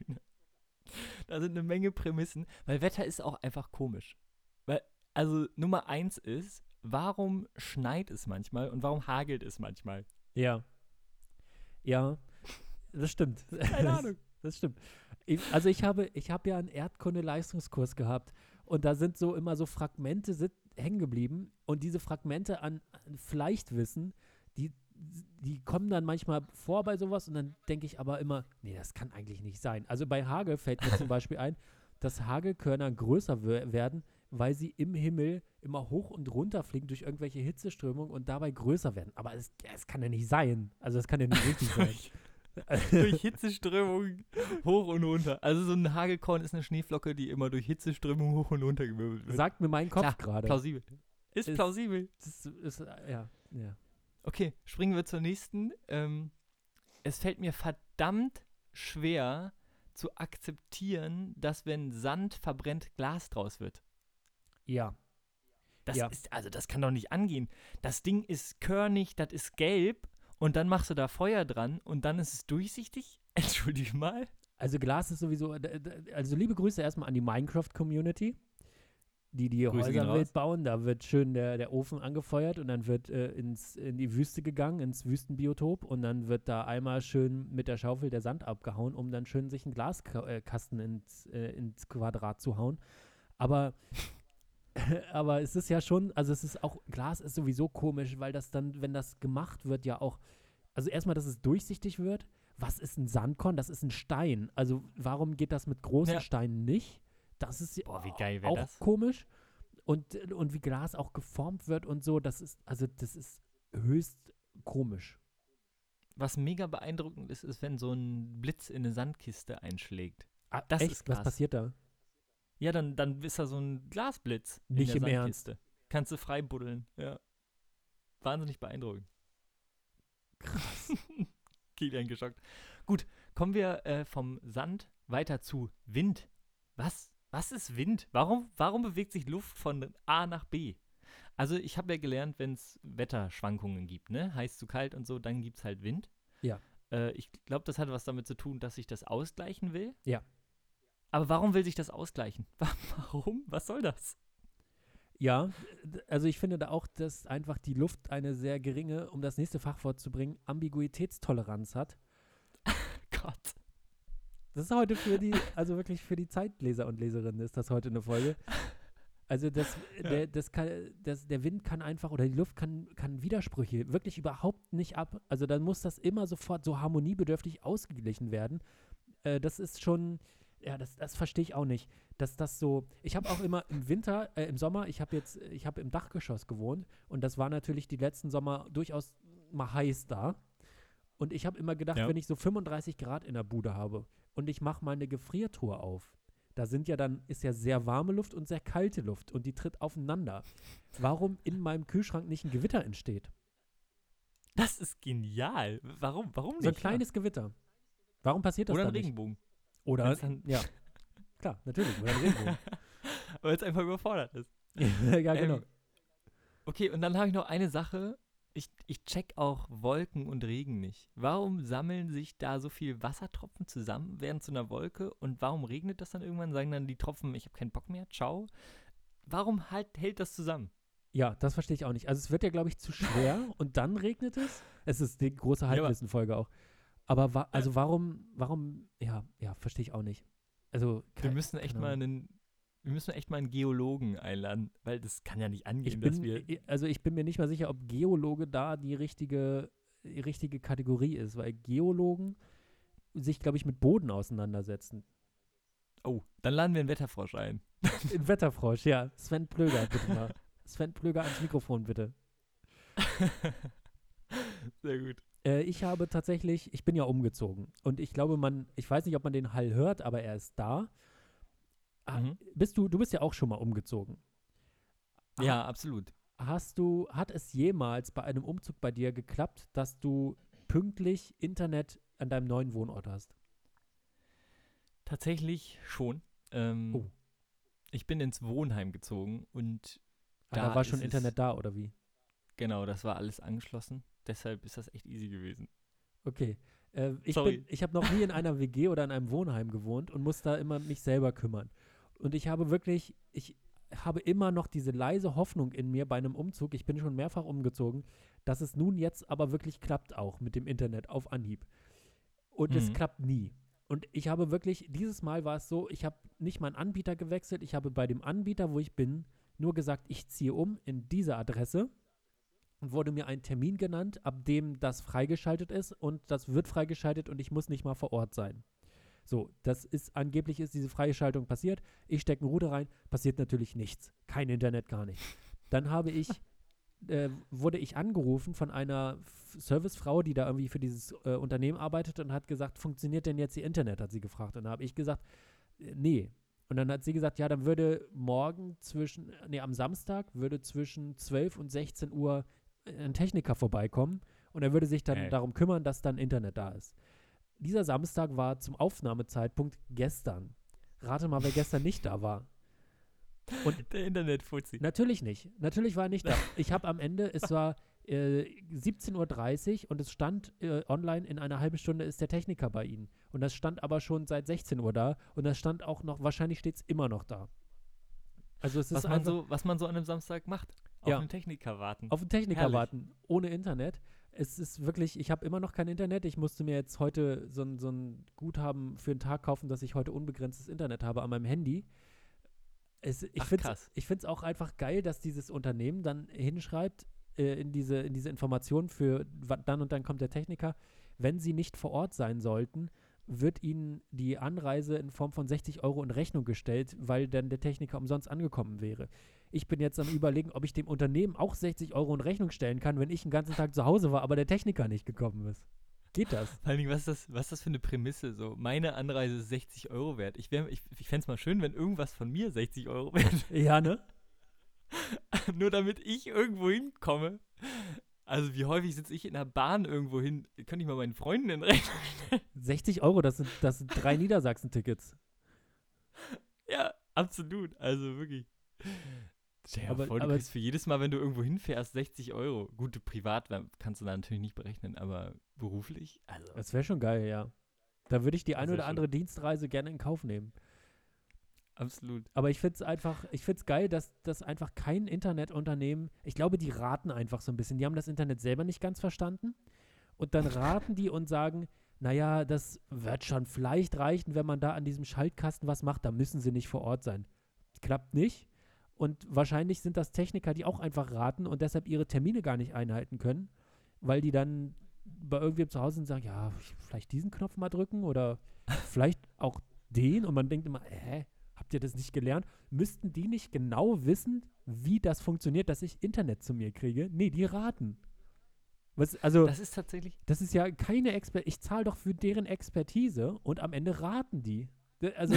Speaker 1: Da sind eine Menge Prämissen, weil Wetter ist auch einfach komisch. Weil, also Nummer 1 ist, warum schneit es manchmal und warum hagelt es manchmal?
Speaker 2: Ja. Ja, das stimmt.
Speaker 1: Keine Ahnung.
Speaker 2: Das stimmt. Ich habe ja einen Erdkunde-Leistungskurs gehabt und da sind so immer so Fragmente hängen geblieben und diese Fragmente an Leichtwissen, die kommen dann manchmal vor bei sowas und dann denke ich aber immer, nee, das kann eigentlich nicht sein. Also bei Hagel fällt mir zum Beispiel ein, dass Hagelkörner größer werden, weil sie im Himmel immer hoch und runter fliegen durch irgendwelche Hitzeströmungen und dabei größer werden. Aber es kann ja nicht sein. Also das kann ja nicht richtig sein.
Speaker 1: Durch Hitzeströmung hoch und runter. Also so ein Hagelkorn ist eine Schneeflocke, die immer durch Hitzeströmung hoch und runter gewirbelt wird.
Speaker 2: Sagt mir mein Kopf
Speaker 1: Klar,
Speaker 2: gerade.
Speaker 1: plausibel. Ist plausibel.
Speaker 2: Das ist, ja.
Speaker 1: Okay, springen wir zur nächsten. Es fällt mir verdammt schwer zu akzeptieren, dass wenn Sand verbrennt, Glas draus wird.
Speaker 2: Ja.
Speaker 1: Das kann doch nicht angehen. Das Ding ist körnig, das ist gelb und dann machst du da Feuer dran und dann ist es durchsichtig? Entschuldige mal.
Speaker 2: Also Glas ist sowieso, also liebe Grüße erstmal an die Minecraft-Community, die
Speaker 1: Grüße gehen
Speaker 2: Häuser
Speaker 1: raus.
Speaker 2: wild bauen. Da wird schön der Ofen angefeuert und dann wird in die Wüste gegangen, ins Wüstenbiotop und dann wird da einmal schön mit der Schaufel der Sand abgehauen, um dann schön sich einen Glaskasten ins Quadrat zu hauen. Aber es ist ja schon, also es ist auch, Glas ist sowieso komisch, weil das dann, wenn das gemacht wird, ja auch, also erstmal, dass es durchsichtig wird. Was ist ein Sandkorn? Das ist ein Stein. Also warum geht das mit großen Steinen nicht? Das ist ja
Speaker 1: Boah, wie geil wäre
Speaker 2: auch
Speaker 1: das?
Speaker 2: komisch. Und wie Glas auch geformt wird und so, das ist höchst komisch.
Speaker 1: Was mega beeindruckend ist, wenn so ein Blitz in eine Sandkiste einschlägt.
Speaker 2: Ah,
Speaker 1: Das
Speaker 2: echt?
Speaker 1: ist krass.
Speaker 2: Was passiert da?
Speaker 1: Ja, dann ist da so ein Glasblitz
Speaker 2: Nicht
Speaker 1: in der
Speaker 2: im
Speaker 1: Sandkiste. Kannst du frei buddeln. Ja. Wahnsinnig beeindruckend.
Speaker 2: Krass.
Speaker 1: Kilian geschockt. Gut, kommen wir vom Sand weiter zu Wind. Was ist Wind? Warum bewegt sich Luft von A nach B? Also ich habe ja gelernt, wenn es Wetterschwankungen gibt, ne? Heiß zu kalt und so, dann gibt es halt Wind.
Speaker 2: Ja.
Speaker 1: Ich glaube, das hat was damit zu tun, dass sich das ausgleichen will.
Speaker 2: Ja.
Speaker 1: Aber warum will sich das ausgleichen? Warum? Was soll das?
Speaker 2: Ja, also ich finde da auch, dass einfach die Luft eine sehr geringe, um das nächste Fachwort zu bringen, Ambiguitätstoleranz hat.
Speaker 1: Gott.
Speaker 2: Das ist heute also wirklich für die Zeitleser und Leserinnen ist das heute eine Folge. Also der Wind kann einfach, oder die Luft kann Widersprüche wirklich überhaupt nicht ab. Also dann muss das immer sofort so harmoniebedürftig ausgeglichen werden. Das ist schon, ja, das verstehe ich auch nicht. Dass das so, ich habe auch immer im Sommer, ich habe im Dachgeschoss gewohnt und das war natürlich die letzten Sommer durchaus mal heiß da. Und ich habe immer gedacht, wenn ich so 35 Grad in der Bude habe und ich mache mal eine Gefriertruhe auf, da ist ja sehr warme Luft und sehr kalte Luft und die tritt aufeinander. Warum in meinem Kühlschrank nicht ein Gewitter entsteht?
Speaker 1: Das ist genial. Warum nicht?
Speaker 2: So ein kleines Gewitter. Warum passiert das
Speaker 1: Oder ein
Speaker 2: dann nicht?
Speaker 1: Regenbogen.
Speaker 2: Oder, ja, klar, natürlich, oder ein Regenbogen.
Speaker 1: Weil es einfach überfordert ist.
Speaker 2: Ja, genau.
Speaker 1: Okay, und dann habe ich noch eine Sache. Ich check auch Wolken und Regen nicht. Warum sammeln sich da so viel Wassertropfen zusammen während so einer Wolke und warum regnet das dann irgendwann? Sagen dann die Tropfen, ich habe keinen Bock mehr, ciao. Warum hält das zusammen?
Speaker 2: Ja, das verstehe ich auch nicht. Also es wird ja, glaube ich, zu schwer und dann regnet es. Es ist die große Halbwissenfolge auch. Aber warum, ja, verstehe ich auch nicht. Also
Speaker 1: wir müssen echt mal einen Geologen einladen, weil das kann ja nicht angehen,
Speaker 2: ich bin mir nicht mal sicher, ob Geologe da die richtige Kategorie ist, weil Geologen sich, glaube ich, mit Boden auseinandersetzen.
Speaker 1: Oh, dann laden wir einen Wetterfrosch ein.
Speaker 2: Ein Wetterfrosch, ja. Sven Plöger, bitte mal. Sven Plöger ans Mikrofon, bitte.
Speaker 1: Sehr gut.
Speaker 2: Ich bin ja umgezogen und ich glaube, ich weiß nicht, ob man den Hall hört, aber er ist da. Du bist ja auch schon mal umgezogen.
Speaker 1: Ja, absolut.
Speaker 2: Hat es jemals bei einem Umzug bei dir geklappt, dass du pünktlich Internet an deinem neuen Wohnort hast?
Speaker 1: Tatsächlich schon. Ich bin ins Wohnheim gezogen und
Speaker 2: da war schon Internet da, oder wie?
Speaker 1: Genau, das war alles angeschlossen. Deshalb ist das echt easy gewesen.
Speaker 2: Okay. Ich habe noch nie in einer WG oder in einem Wohnheim gewohnt und muss da immer mich selber kümmern. Und ich habe immer noch diese leise Hoffnung in mir bei einem Umzug, ich bin schon mehrfach umgezogen, dass es nun jetzt aber wirklich klappt auch mit dem Internet auf Anhieb. Und es klappt nie. Und ich habe wirklich, dieses Mal war es so, ich habe nicht meinen Anbieter gewechselt, ich habe bei dem Anbieter, wo ich bin, nur gesagt, ich ziehe um in diese Adresse. Und wurde mir ein Termin genannt, ab dem das freigeschaltet ist und das wird freigeschaltet und ich muss nicht mal vor Ort sein. So, angeblich ist diese Freischaltung passiert, ich stecke einen Router rein, passiert natürlich nichts. Kein Internet, gar nicht. Dann wurde ich angerufen von einer Servicefrau, die da irgendwie für dieses Unternehmen arbeitet und hat gesagt, funktioniert denn jetzt ihr Internet, hat sie gefragt. Und da habe ich gesagt, nee. Und dann hat sie gesagt, ja, dann würde am Samstag würde zwischen 12 und 16 Uhr ein Techniker vorbeikommen und er würde sich dann darum kümmern, dass dann Internet da ist. Dieser Samstag war zum Aufnahmezeitpunkt gestern. Rate mal, wer gestern nicht da war.
Speaker 1: Und der Internetfuzzi.
Speaker 2: Natürlich nicht. Natürlich war er nicht da. Ich habe am Ende, es war 17:30 Uhr und es stand online, in einer halben Stunde ist der Techniker bei Ihnen. Und das stand aber schon seit 16 Uhr da und das stand auch noch, wahrscheinlich steht es immer noch da. Also es ist
Speaker 1: was man so an einem Samstag macht. Auf einen Techniker warten.
Speaker 2: Auf einen Techniker warten, ohne Internet. Es ist wirklich, ich habe immer noch kein Internet. Ich musste mir jetzt heute so ein Guthaben für einen Tag kaufen, dass ich heute unbegrenztes Internet habe an meinem Handy. Ich finde es auch einfach geil, dass dieses Unternehmen dann hinschreibt, in diese Informationen für dann und dann kommt der Techniker. Wenn sie nicht vor Ort sein sollten, wird ihnen die Anreise in Form von 60 Euro in Rechnung gestellt, weil dann der Techniker umsonst angekommen wäre. Ich bin jetzt am Überlegen, ob ich dem Unternehmen auch 60 Euro in Rechnung stellen kann, wenn ich den ganzen Tag zu Hause war, aber der Techniker nicht gekommen ist. Geht das?
Speaker 1: Vor allen Dingen, was ist das für eine Prämisse? So, meine Anreise ist 60 Euro wert. Ich fände es mal schön, wenn irgendwas von mir 60 Euro wert wäre.
Speaker 2: Ja, ne?
Speaker 1: Nur damit ich irgendwo hinkomme. Also wie häufig sitze ich in der Bahn irgendwo hin? Könnte ich mal meinen Freunden in Rechnung stellen?
Speaker 2: 60 Euro, das sind 3 Niedersachsen-Tickets.
Speaker 1: Ja, absolut. Also wirklich. Stell dir vor, du kriegst für jedes Mal, wenn du irgendwo hinfährst, 60 Euro. Gut, privat kannst du da natürlich nicht berechnen, aber beruflich? Also.
Speaker 2: Das wäre schon geil, ja. Da würde ich die eine oder andere Dienstreise gerne in Kauf nehmen.
Speaker 1: Absolut.
Speaker 2: Aber ich finde es geil, dass das einfach kein Internetunternehmen, ich glaube, die raten einfach so ein bisschen. Die haben das Internet selber nicht ganz verstanden und dann raten die und sagen, naja, das wird schon vielleicht reichen, wenn man da an diesem Schaltkasten was macht, da müssen sie nicht vor Ort sein. Klappt nicht und wahrscheinlich sind das Techniker, die auch einfach raten und deshalb ihre Termine gar nicht einhalten können, weil die dann bei irgendwem zu Hause sind und sagen, ja, vielleicht diesen Knopf mal drücken oder vielleicht auch den und man denkt immer, habt ihr das nicht gelernt? Müssten die nicht genau wissen, wie das funktioniert, dass ich Internet zu mir kriege? Nee, die raten. Das
Speaker 1: ist tatsächlich.
Speaker 2: Das ist ja keine ich zahle doch für deren Expertise und am Ende raten die. Also.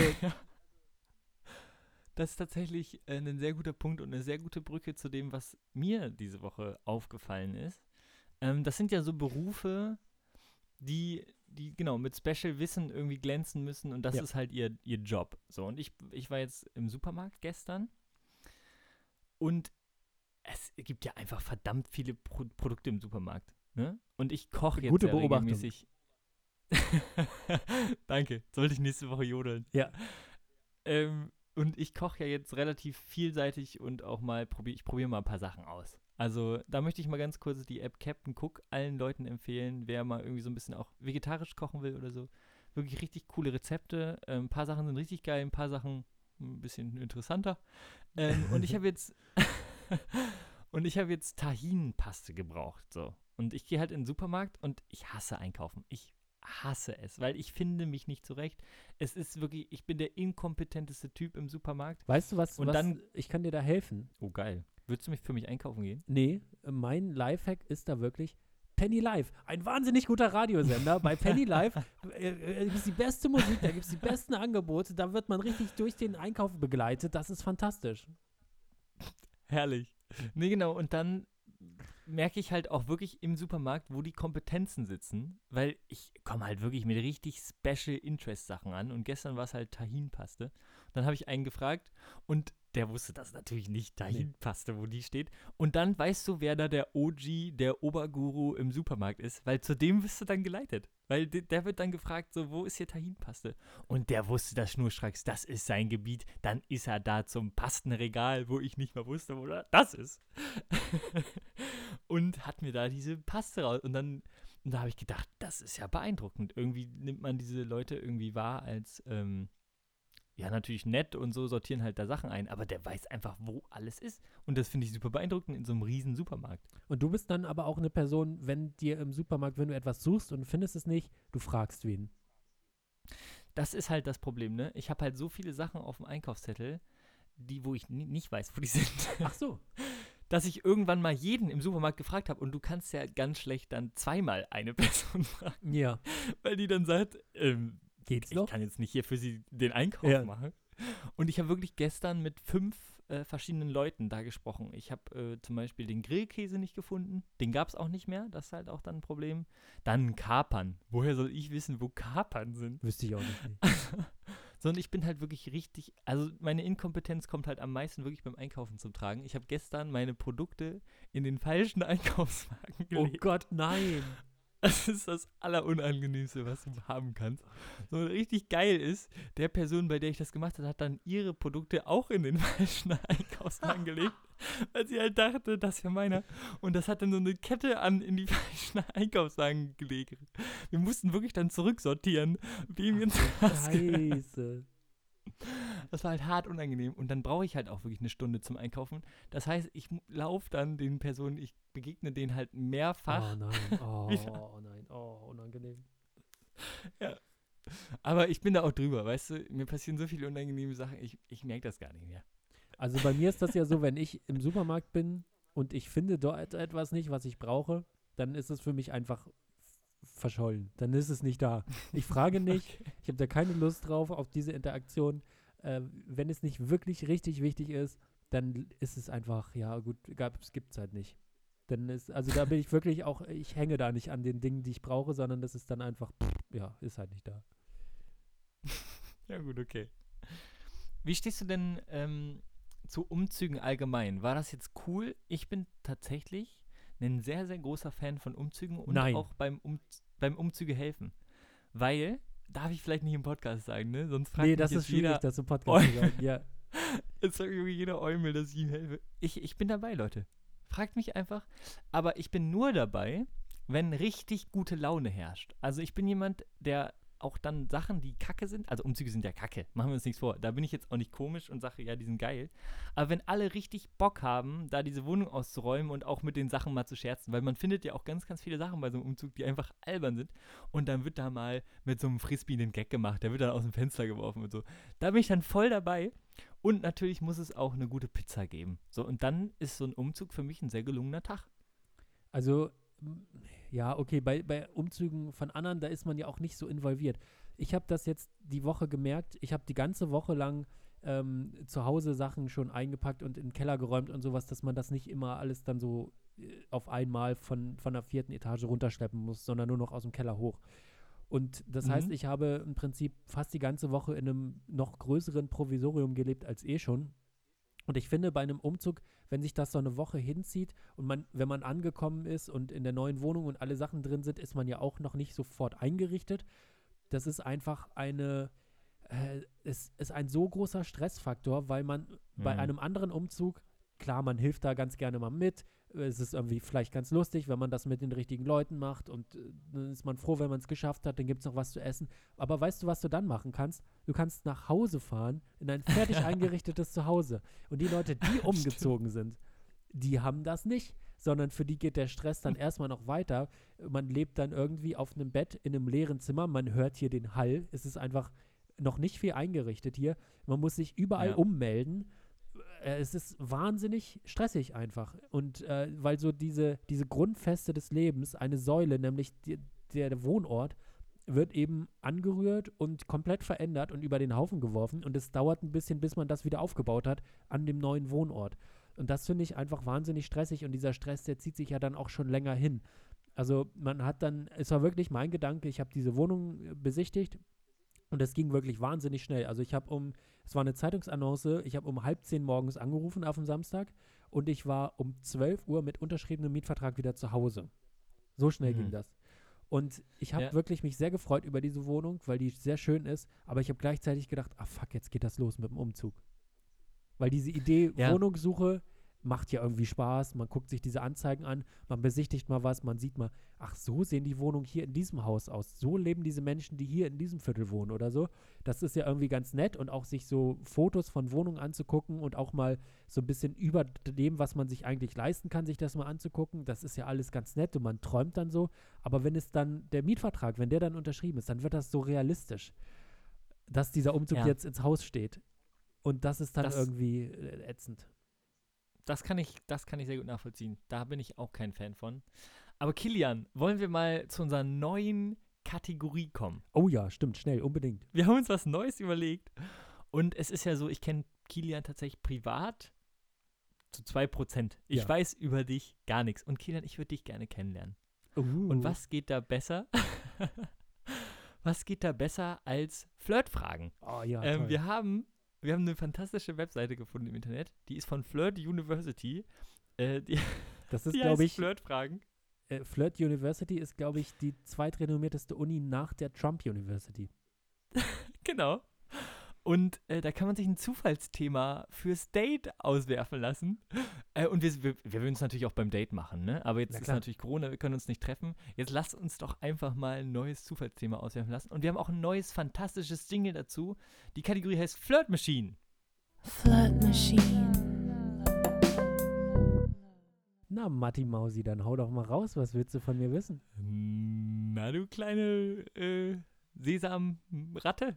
Speaker 1: Das ist tatsächlich ein sehr guter Punkt und eine sehr gute Brücke zu dem, was mir diese Woche aufgefallen ist. Das sind ja so Berufe, die genau mit Special Wissen irgendwie glänzen müssen und das ist halt ihr Job. So, und ich war jetzt im Supermarkt gestern und es gibt ja einfach verdammt viele Produkte im Supermarkt. Ne? Und ich koche jetzt
Speaker 2: Gute Beobachtung.
Speaker 1: Regelmäßig. Danke, sollte ich nächste Woche jodeln.
Speaker 2: Ja.
Speaker 1: Und ich koche ja jetzt relativ vielseitig und auch mal probiere mal ein paar Sachen aus. Also da möchte ich mal ganz kurz die App Captain Cook allen Leuten empfehlen, wer mal irgendwie so ein bisschen auch vegetarisch kochen will oder so. Wirklich richtig coole Rezepte. Ein paar Sachen sind richtig geil, ein paar Sachen ein bisschen interessanter. Und ich habe jetzt Tahinpaste gebraucht. So. Und ich gehe halt in den Supermarkt und ich hasse einkaufen. Ich hasse es, weil ich finde mich nicht zurecht. Es ist wirklich, ich bin der inkompetenteste Typ im Supermarkt.
Speaker 2: Weißt du was? Ich kann dir da helfen.
Speaker 1: Oh, geil. Würdest du für mich einkaufen gehen?
Speaker 2: Nee, mein Lifehack ist da wirklich Penny Live. Ein wahnsinnig guter Radiosender. Bei Penny Live gibt es die beste Musik, da gibt es die besten Angebote, da wird man richtig durch den Einkauf begleitet. Das ist fantastisch.
Speaker 1: Herrlich. Nee, genau. Und dann merke ich halt auch wirklich im Supermarkt, wo die Kompetenzen sitzen, weil ich komme halt wirklich mit richtig Special Interest Sachen an und gestern war es halt Tahinpaste. Dann habe ich einen gefragt und der wusste das natürlich nicht, Tahinpaste, wo die steht. Und dann weißt du, wer da der OG, der Oberguru im Supermarkt ist, weil zu dem wirst du dann geleitet. Weil der wird dann gefragt, so, wo ist hier Tahinpaste? Und der wusste das schnurstracks, das ist sein Gebiet. Dann ist er da zum Pastenregal, wo ich nicht mehr wusste, wo das ist. Und hat mir da diese Paste raus. Und da habe ich gedacht, das ist ja beeindruckend. Irgendwie nimmt man diese Leute irgendwie wahr als, ja, natürlich nett und so, sortieren halt da Sachen ein, aber der weiß einfach, wo alles ist. Und das finde ich super beeindruckend in so einem riesen Supermarkt.
Speaker 2: Und du bist dann aber auch eine Person, wenn dir im Supermarkt, wenn du etwas suchst und findest es nicht, du fragst wen.
Speaker 1: Das ist halt das Problem, ne? Ich habe halt so viele Sachen auf dem Einkaufszettel, wo ich nicht weiß, wo die sind.
Speaker 2: Ach so.
Speaker 1: Dass ich irgendwann mal jeden im Supermarkt gefragt habe und du kannst ja ganz schlecht dann zweimal eine Person fragen.
Speaker 2: Ja.
Speaker 1: Weil die dann sagt,
Speaker 2: geht's
Speaker 1: ich
Speaker 2: noch?
Speaker 1: kann jetzt nicht hier für sie den Einkauf machen. Und ich habe wirklich gestern mit 5 verschiedenen Leuten da gesprochen. Ich habe zum Beispiel den Grillkäse nicht gefunden. Den gab es auch nicht mehr. Das ist halt auch dann ein Problem. Dann Kapern. Woher soll ich wissen, wo Kapern sind?
Speaker 2: Wüsste ich auch nicht.
Speaker 1: Sondern ich bin halt wirklich richtig, also meine Inkompetenz kommt halt am meisten wirklich beim Einkaufen zum Tragen. Ich habe gestern meine Produkte in den falschen Einkaufswagen
Speaker 2: Oh
Speaker 1: gelegt.
Speaker 2: Gott, nein.
Speaker 1: Das ist das Allerunangenehmste, was du haben kannst. So richtig geil ist, der Person, bei der ich das gemacht habe, hat dann ihre Produkte auch in den falschen Einkaufswagen gelegt, weil sie halt dachte, das wäre meiner. Und das hat dann so eine Kette in die falschen Einkaufswagen gelegt. Wir mussten wirklich dann zurücksortieren, wem jetzt was gehört.
Speaker 2: Scheiße.
Speaker 1: Das war halt hart unangenehm. Und dann brauche ich halt auch wirklich eine Stunde zum Einkaufen. Das heißt, ich laufe dann den Personen, ich begegne denen halt mehrfach.
Speaker 2: Oh nein. Oh
Speaker 1: wieder.
Speaker 2: nein. Oh, unangenehm.
Speaker 1: Ja. Aber ich bin da auch drüber, weißt du? Mir passieren so viele unangenehme Sachen, ich merke das gar nicht mehr.
Speaker 2: Also bei mir ist das ja so, wenn ich im Supermarkt bin und ich finde dort etwas nicht, was ich brauche, dann ist es für mich einfach verschollen. Dann ist es nicht da. Ich frage nicht,
Speaker 1: Okay.
Speaker 2: ich habe da keine Lust drauf, auf diese Interaktion. Wenn es nicht wirklich richtig wichtig ist, dann ist es einfach, ja gut, gibt es halt nicht. Also da bin ich wirklich auch, ich hänge da nicht an den Dingen, die ich brauche, sondern das ist dann einfach, ja, ist halt nicht da.
Speaker 1: Ja gut, okay. Wie stehst du denn zu Umzügen allgemein? War das jetzt cool? Ich bin tatsächlich ein sehr, sehr großer Fan von Umzügen und
Speaker 2: Nein.
Speaker 1: auch beim Umzüge helfen. Weil, darf ich vielleicht nicht im Podcast sagen, ne? Sonst fragt
Speaker 2: Nee,
Speaker 1: mich
Speaker 2: das
Speaker 1: jetzt
Speaker 2: ist schwierig,
Speaker 1: jeder,
Speaker 2: das im Podcast zu sagen. Ja.
Speaker 1: jetzt sagt irgendwie jeder Eumel, dass ich ihm helfe. Ich bin dabei, Leute. Fragt mich einfach. Aber ich bin nur dabei, wenn richtig gute Laune herrscht. Also ich bin jemand, der auch dann Sachen, die kacke sind, also Umzüge sind ja kacke, machen wir uns nichts vor. Da bin ich jetzt auch nicht komisch und sage, ja, die sind geil. Aber wenn alle richtig Bock haben, da diese Wohnung auszuräumen und auch mit den Sachen mal zu scherzen, weil man findet ja auch ganz, ganz viele Sachen bei so einem Umzug, die einfach albern sind. Und dann wird da mal mit so einem Frisbee den Gag gemacht, der wird dann aus dem Fenster geworfen und so. Da bin ich dann voll dabei. Und natürlich muss es auch eine gute Pizza geben. So, und dann ist so ein Umzug für mich ein sehr gelungener Tag.
Speaker 2: Also, ja, okay, bei Umzügen von anderen, da ist man ja auch nicht so involviert. Ich habe das jetzt die Woche gemerkt, ich habe die ganze Woche lang zu Hause Sachen schon eingepackt und in den Keller geräumt und sowas, dass man das nicht immer alles dann so auf einmal von der 4. Etage runterschleppen muss, sondern nur noch aus dem Keller hoch. Und das heißt, ich habe im Prinzip fast die ganze Woche in einem noch größeren Provisorium gelebt als schon. Und ich finde, bei einem Umzug, wenn sich das so eine Woche hinzieht und wenn man angekommen ist und in der neuen Wohnung und alle Sachen drin sind, ist man ja auch noch nicht sofort eingerichtet. Das ist einfach es ist ein so großer Stressfaktor, weil man bei einem anderen Umzug, klar, man hilft da ganz gerne mal mit. Es ist irgendwie vielleicht ganz lustig, wenn man das mit den richtigen Leuten macht und dann ist man froh, wenn man es geschafft hat, dann gibt es noch was zu essen. Aber weißt du, was du dann machen kannst? Du kannst nach Hause fahren, in ein fertig eingerichtetes Zuhause. Und die Leute, die umgezogen sind, die haben das nicht, sondern für die geht der Stress dann erstmal noch weiter. Man lebt dann irgendwie auf einem Bett in einem leeren Zimmer, man hört hier den Hall. Es ist einfach noch nicht viel eingerichtet hier. Man muss sich überall ummelden. Es ist wahnsinnig stressig einfach. Und weil so diese Grundfeste des Lebens, eine Säule, nämlich der Wohnort, wird eben angerührt und komplett verändert und über den Haufen geworfen. Und es dauert ein bisschen, bis man das wieder aufgebaut hat an dem neuen Wohnort. Und das finde ich einfach wahnsinnig stressig. Und dieser Stress, der zieht sich ja dann auch schon länger hin. Also es war wirklich mein Gedanke, ich habe diese Wohnung besichtigt. Und das ging wirklich wahnsinnig schnell. Also es war eine Zeitungsannonce, ich habe um 9:30 morgens angerufen auf dem Samstag und ich war um 12 Uhr mit unterschriebenem Mietvertrag wieder zu Hause. So schnell ging das. Und ich habe wirklich mich sehr gefreut über diese Wohnung, weil die sehr schön ist, aber ich habe gleichzeitig gedacht, fuck, jetzt geht das los mit dem Umzug. Weil diese Idee Wohnungssuche macht ja irgendwie Spaß, man guckt sich diese Anzeigen an, man besichtigt mal was, man sieht mal, ach, so sehen die Wohnungen hier in diesem Haus aus, so leben diese Menschen, die hier in diesem Viertel wohnen oder so. Das ist ja irgendwie ganz nett und auch sich so Fotos von Wohnungen anzugucken und auch mal so ein bisschen über dem, was man sich eigentlich leisten kann, sich das mal anzugucken, das ist ja alles ganz nett und man träumt dann so, aber wenn es dann, der Mietvertrag, wenn der dann unterschrieben ist, dann wird das so realistisch, dass dieser Umzug jetzt ins Haus steht und das ist dann irgendwie ätzend.
Speaker 1: Das kann ich sehr gut nachvollziehen. Da bin ich auch kein Fan von. Aber Kilian, wollen wir mal zu unserer neuen Kategorie kommen?
Speaker 2: Oh ja, stimmt, schnell, unbedingt.
Speaker 1: Wir haben uns was Neues überlegt. Und es ist ja so, ich kenne Kilian tatsächlich privat zu 2%. Ich
Speaker 2: Ja.
Speaker 1: weiß über dich gar nichts. Und Kilian, ich würde dich gerne kennenlernen. Und was geht da besser? Was geht da besser als Flirtfragen?
Speaker 2: Oh ja, toll.
Speaker 1: Wir haben eine fantastische Webseite gefunden im Internet. Die ist von Flirt University. Die
Speaker 2: Das ist,
Speaker 1: die
Speaker 2: glaube
Speaker 1: heißt
Speaker 2: ich,
Speaker 1: Flirtfragen.
Speaker 2: Flirt University ist, glaube ich, die zweitrenommierteste Uni nach der Trump University.
Speaker 1: Genau. Und da kann man sich ein Zufallsthema fürs Date auswerfen lassen. Und wir würden es natürlich auch beim Date machen, ne? Aber jetzt
Speaker 2: Na
Speaker 1: ist
Speaker 2: klar.
Speaker 1: natürlich Corona, wir können uns nicht treffen. Jetzt lasst uns doch einfach mal ein neues Zufallsthema auswerfen lassen. Und wir haben auch ein neues, fantastisches Jingle dazu. Die Kategorie heißt Flirt Machine.
Speaker 4: Flirt Machine.
Speaker 2: Na, Matti Mausi, dann hau doch mal raus. Was willst du von mir wissen?
Speaker 1: Na, du kleine Sesamratte.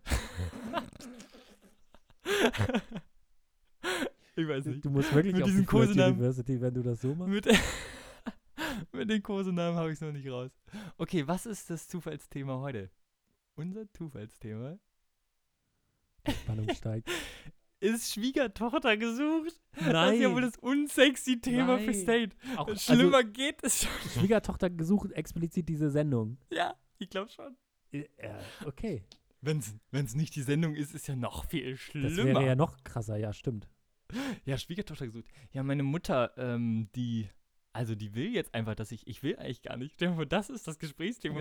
Speaker 1: Ich weiß nicht.
Speaker 2: Du musst wirklich
Speaker 1: Mit
Speaker 2: auf die
Speaker 1: diesem
Speaker 2: Flirt
Speaker 1: Kosenamen-
Speaker 2: University, wenn du das so machst.
Speaker 1: Mit den Kosenamen habe ich es noch nicht raus. Okay, was ist das Zufallsthema heute? Unser Zufallsthema
Speaker 2: Spannung steigt.
Speaker 1: ist Schwiegertochter gesucht. Das
Speaker 2: Nein.
Speaker 1: ist ja wohl das unsexy Thema
Speaker 2: Nein.
Speaker 1: fürs Date.
Speaker 2: Auch,
Speaker 1: Schlimmer geht es schon.
Speaker 2: Also, Schwiegertochter gesucht explizit diese Sendung.
Speaker 1: Ja, ich glaube schon.
Speaker 2: Okay.
Speaker 1: Wenn es nicht die Sendung ist, ist ja noch viel schlimmer.
Speaker 2: Das wäre ja noch krasser, ja, stimmt.
Speaker 1: Ja, Schwiegertochter gesucht. Ja, meine Mutter, die will jetzt einfach, dass ich will eigentlich gar nicht. Stell dir vor, das ist das Gesprächsthema.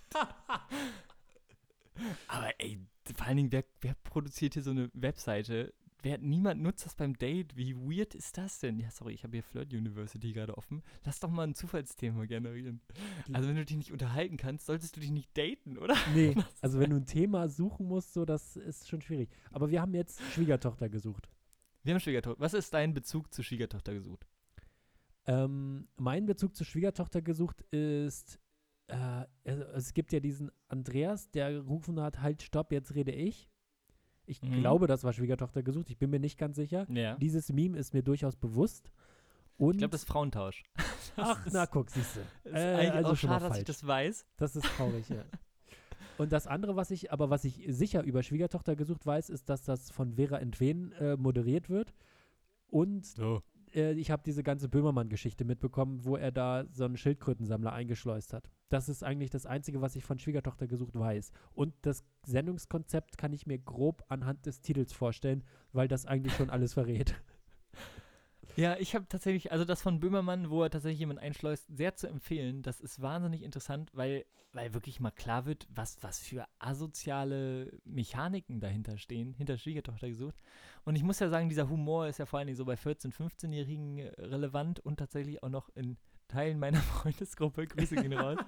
Speaker 1: Aber ey, vor allen Dingen, wer produziert hier so eine Webseite? Niemand nutzt das beim Date. Wie weird ist das denn? Ja, sorry, ich habe hier Flirt University gerade offen. Lass doch mal ein Zufallsthema generieren. Also wenn du dich nicht unterhalten kannst, solltest du dich nicht daten, oder?
Speaker 2: Nee, also wenn du ein Thema suchen musst, so, das ist schon schwierig. Aber wir haben jetzt Schwiegertochter gesucht.
Speaker 1: Wir haben Schwiegertochter. Was ist dein Bezug zu Schwiegertochter gesucht?
Speaker 2: Mein Bezug zur Schwiegertochter gesucht ist, es gibt ja diesen Andreas, der gerufen hat, halt, stopp, jetzt rede ich. Ich glaube, das war Schwiegertochter gesucht, ich bin mir nicht ganz sicher.
Speaker 1: Ja.
Speaker 2: Dieses Meme ist mir durchaus bewusst. Und
Speaker 1: Ich glaube, das ist Frauentausch.
Speaker 2: ach, na guck, siehst du.
Speaker 1: Ist eigentlich
Speaker 2: also
Speaker 1: auch
Speaker 2: schon mal
Speaker 1: schade, dass ich
Speaker 2: falsch.
Speaker 1: das weiß.
Speaker 2: Das ist traurig, ja. Und das andere, was ich sicher über Schwiegertochter gesucht weiß, ist, dass das von Vera Entwen moderiert wird. Und
Speaker 1: So.
Speaker 2: ich habe diese ganze Böhmermann-Geschichte mitbekommen, wo er da so einen Schildkrötensammler eingeschleust hat. Das ist eigentlich das Einzige, was ich von Schwiegertochter gesucht weiß. Und das Sendungskonzept kann ich mir grob anhand des Titels vorstellen, weil das eigentlich schon alles verrät.
Speaker 1: Ja, ich habe tatsächlich, also das von Böhmermann, wo er tatsächlich jemanden einschleust, sehr zu empfehlen. Das ist wahnsinnig interessant, weil wirklich mal klar wird, was für asoziale Mechaniken dahinter stehen, hinter Schwiegertochter gesucht. Und ich muss ja sagen, dieser Humor ist ja vor allen Dingen so bei 14-, 15-Jährigen relevant und tatsächlich auch noch in Teilen meiner Freundesgruppe. Grüße gehen raus.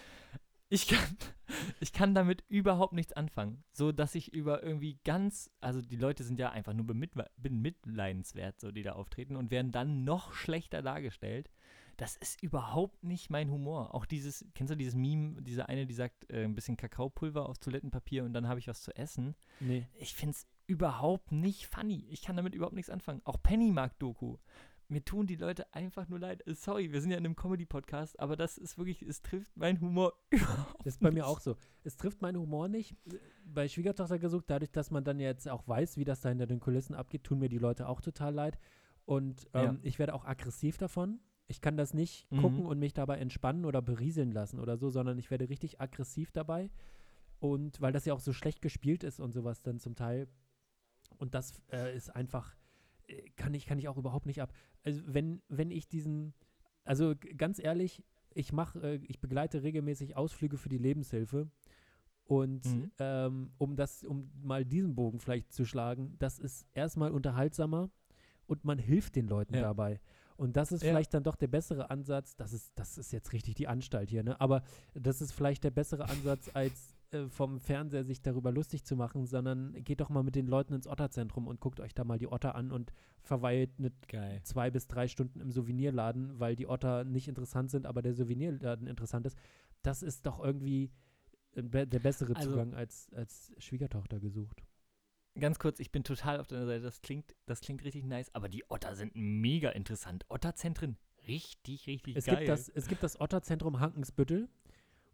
Speaker 1: Ich kann damit überhaupt nichts anfangen. So, dass ich über irgendwie also die Leute sind ja einfach nur bemitleidenswert, so die da auftreten und werden dann noch schlechter dargestellt. Das ist überhaupt nicht mein Humor. Auch kennst du dieses Meme, diese eine, die sagt, ein bisschen Kakaopulver auf Toilettenpapier und dann habe ich was zu essen.
Speaker 2: Nee.
Speaker 1: Ich finde es überhaupt nicht funny. Ich kann damit überhaupt nichts anfangen. Auch Pennymarkt-Doku. Mir tun die Leute einfach nur leid. Sorry, wir sind ja in einem Comedy-Podcast, aber das ist wirklich, es trifft meinen Humor überhaupt
Speaker 2: Das ist bei
Speaker 1: nicht.
Speaker 2: mir auch so. Es trifft meinen Humor nicht. Bei Schwiegertochter gesucht, dadurch, dass man dann jetzt auch weiß, wie das da hinter den Kulissen abgeht, tun mir die Leute auch total leid. Und
Speaker 1: Ja.
Speaker 2: ich werde auch aggressiv davon. Ich kann das nicht gucken und mich dabei entspannen oder berieseln lassen oder so, sondern ich werde richtig aggressiv dabei. Und weil das ja auch so schlecht gespielt ist und sowas dann zum Teil. Und das ist einfach, kann ich auch überhaupt nicht ab. Also wenn ich also ganz ehrlich, ich begleite regelmäßig Ausflüge für die Lebenshilfe. Und um mal diesen Bogen vielleicht zu schlagen, das ist erstmal unterhaltsamer und man hilft den Leuten dabei. Und das ist vielleicht dann doch der bessere Ansatz, das ist jetzt richtig die Anstalt hier, ne? Aber das ist vielleicht der bessere Ansatz, als vom Fernseher sich darüber lustig zu machen, sondern geht doch mal mit den Leuten ins Otterzentrum und guckt euch da mal die Otter an und verweilt 2 bis 3 Stunden im Souvenirladen, weil die Otter nicht interessant sind, aber der Souvenirladen interessant ist. Das ist doch irgendwie der bessere Zugang als Schwiegertochter gesucht.
Speaker 1: Ganz kurz, ich bin total auf deiner Seite. Das klingt richtig nice, aber die Otter sind mega interessant. Otterzentren, richtig, richtig geil.
Speaker 2: Es gibt das Otterzentrum Hankensbüttel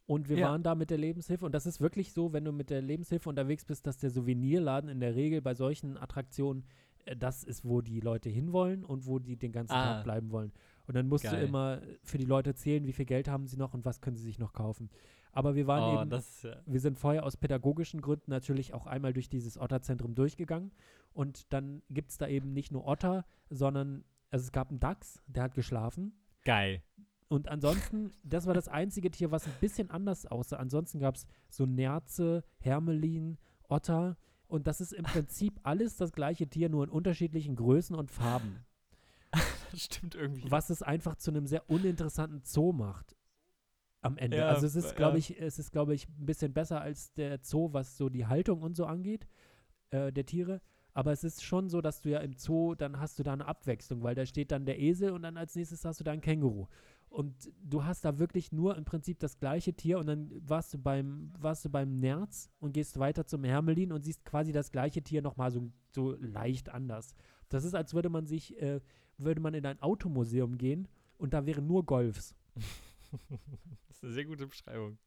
Speaker 2: Und wir waren da mit der Lebenshilfe. Und das ist wirklich so, wenn du mit der Lebenshilfe unterwegs bist, dass der Souvenirladen in der Regel bei solchen Attraktionen, das ist, wo die Leute hinwollen und wo die den ganzen Tag bleiben wollen. Und dann musst du immer für die Leute zählen, wie viel Geld haben sie noch und was können sie sich noch kaufen. Aber wir waren wir sind vorher aus pädagogischen Gründen natürlich auch einmal durch dieses Otterzentrum durchgegangen. Und dann gibt es da eben nicht nur Otter, sondern es gab einen Dachs, der hat geschlafen.
Speaker 1: Geil.
Speaker 2: Und ansonsten, das war das einzige Tier, was ein bisschen anders aussah. Ansonsten gab es so Nerze, Hermelin, Otter. Und das ist im Prinzip alles das gleiche Tier, nur in unterschiedlichen Größen und Farben.
Speaker 1: Das stimmt irgendwie.
Speaker 2: Was es einfach zu einem sehr uninteressanten Zoo macht am Ende.
Speaker 1: Ja,
Speaker 2: also es ist, glaube ich, ein bisschen besser als der Zoo, was so die Haltung und so angeht, der Tiere. Aber es ist schon so, dass du ja im Zoo, dann hast du da eine Abwechslung, weil da steht dann der Esel und dann als nächstes hast du da ein Känguru. Und du hast da wirklich nur im Prinzip das gleiche Tier und dann warst du beim Nerz und gehst weiter zum Hermelin und siehst quasi das gleiche Tier nochmal so leicht anders. Das ist, als würde man in ein Automuseum gehen und da wären nur Golfs.
Speaker 1: Das ist eine sehr gute Beschreibung.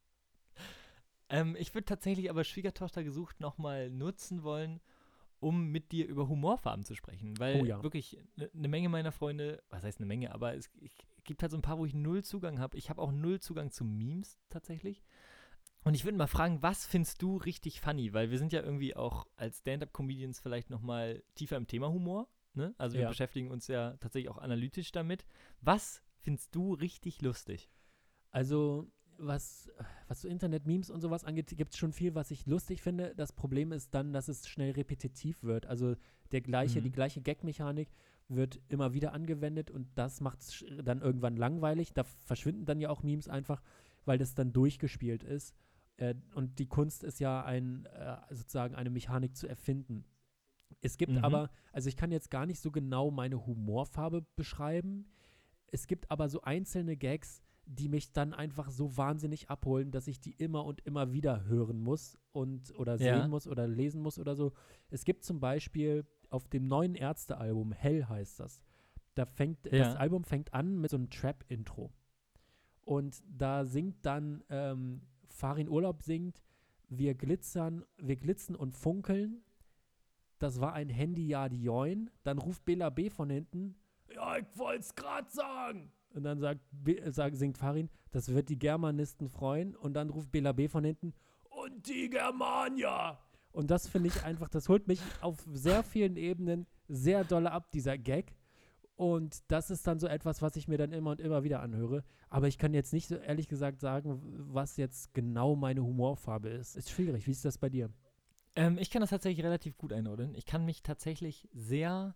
Speaker 1: Ich würde tatsächlich aber Schwiegertochter gesucht nochmal nutzen wollen, um mit dir über Humorfarben zu sprechen, weil wirklich eine Menge meiner Freunde, was heißt eine Menge, aber es gibt halt so ein paar, wo ich null Zugang habe. Ich habe auch null Zugang zu Memes tatsächlich. Und ich würde mal fragen, was findest du richtig funny? Weil wir sind ja irgendwie auch als Stand-Up-Comedians vielleicht nochmal tiefer im Thema Humor, ne? Also wir beschäftigen uns ja tatsächlich auch analytisch damit. Was findest du richtig lustig?
Speaker 2: Also was so Internet-Memes und sowas angeht, gibt es schon viel, was ich lustig finde. Das Problem ist dann, dass es schnell repetitiv wird. Also die gleiche Gag-Mechanik wird immer wieder angewendet und das macht es dann irgendwann langweilig. Da verschwinden dann ja auch Memes einfach, weil das dann durchgespielt ist. Und die Kunst ist ja sozusagen eine Mechanik zu erfinden. Es gibt aber, also ich kann jetzt gar nicht so genau meine Humorfarbe beschreiben. Es gibt aber so einzelne Gags, die mich dann einfach so wahnsinnig abholen, dass ich die immer und immer wieder hören muss oder sehen muss oder lesen muss oder so. Es gibt zum Beispiel auf dem neuen Ärzte-Album, Hell heißt das, das Album fängt an mit so einem Trap-Intro. Und da singt dann Farin Urlaub singt, wir glitzen und funkeln. Das war ein Handy, ja, die Join. Dann ruft Bela B. von hinten, ja, ich wollt's grad sagen. Und dann singt Farin, das wird die Germanisten freuen. Und dann ruft Bela B. von hinten, und die Germanier. Und das finde ich einfach, das holt mich auf sehr vielen Ebenen sehr doll ab, dieser Gag. Und das ist dann so etwas, was ich mir dann immer und immer wieder anhöre. Aber ich kann jetzt nicht so ehrlich gesagt sagen, was jetzt genau meine Humorfarbe ist. Ist schwierig. Wie ist das bei dir?
Speaker 1: Ich kann das tatsächlich relativ gut einordnen. Ich kann mich tatsächlich sehr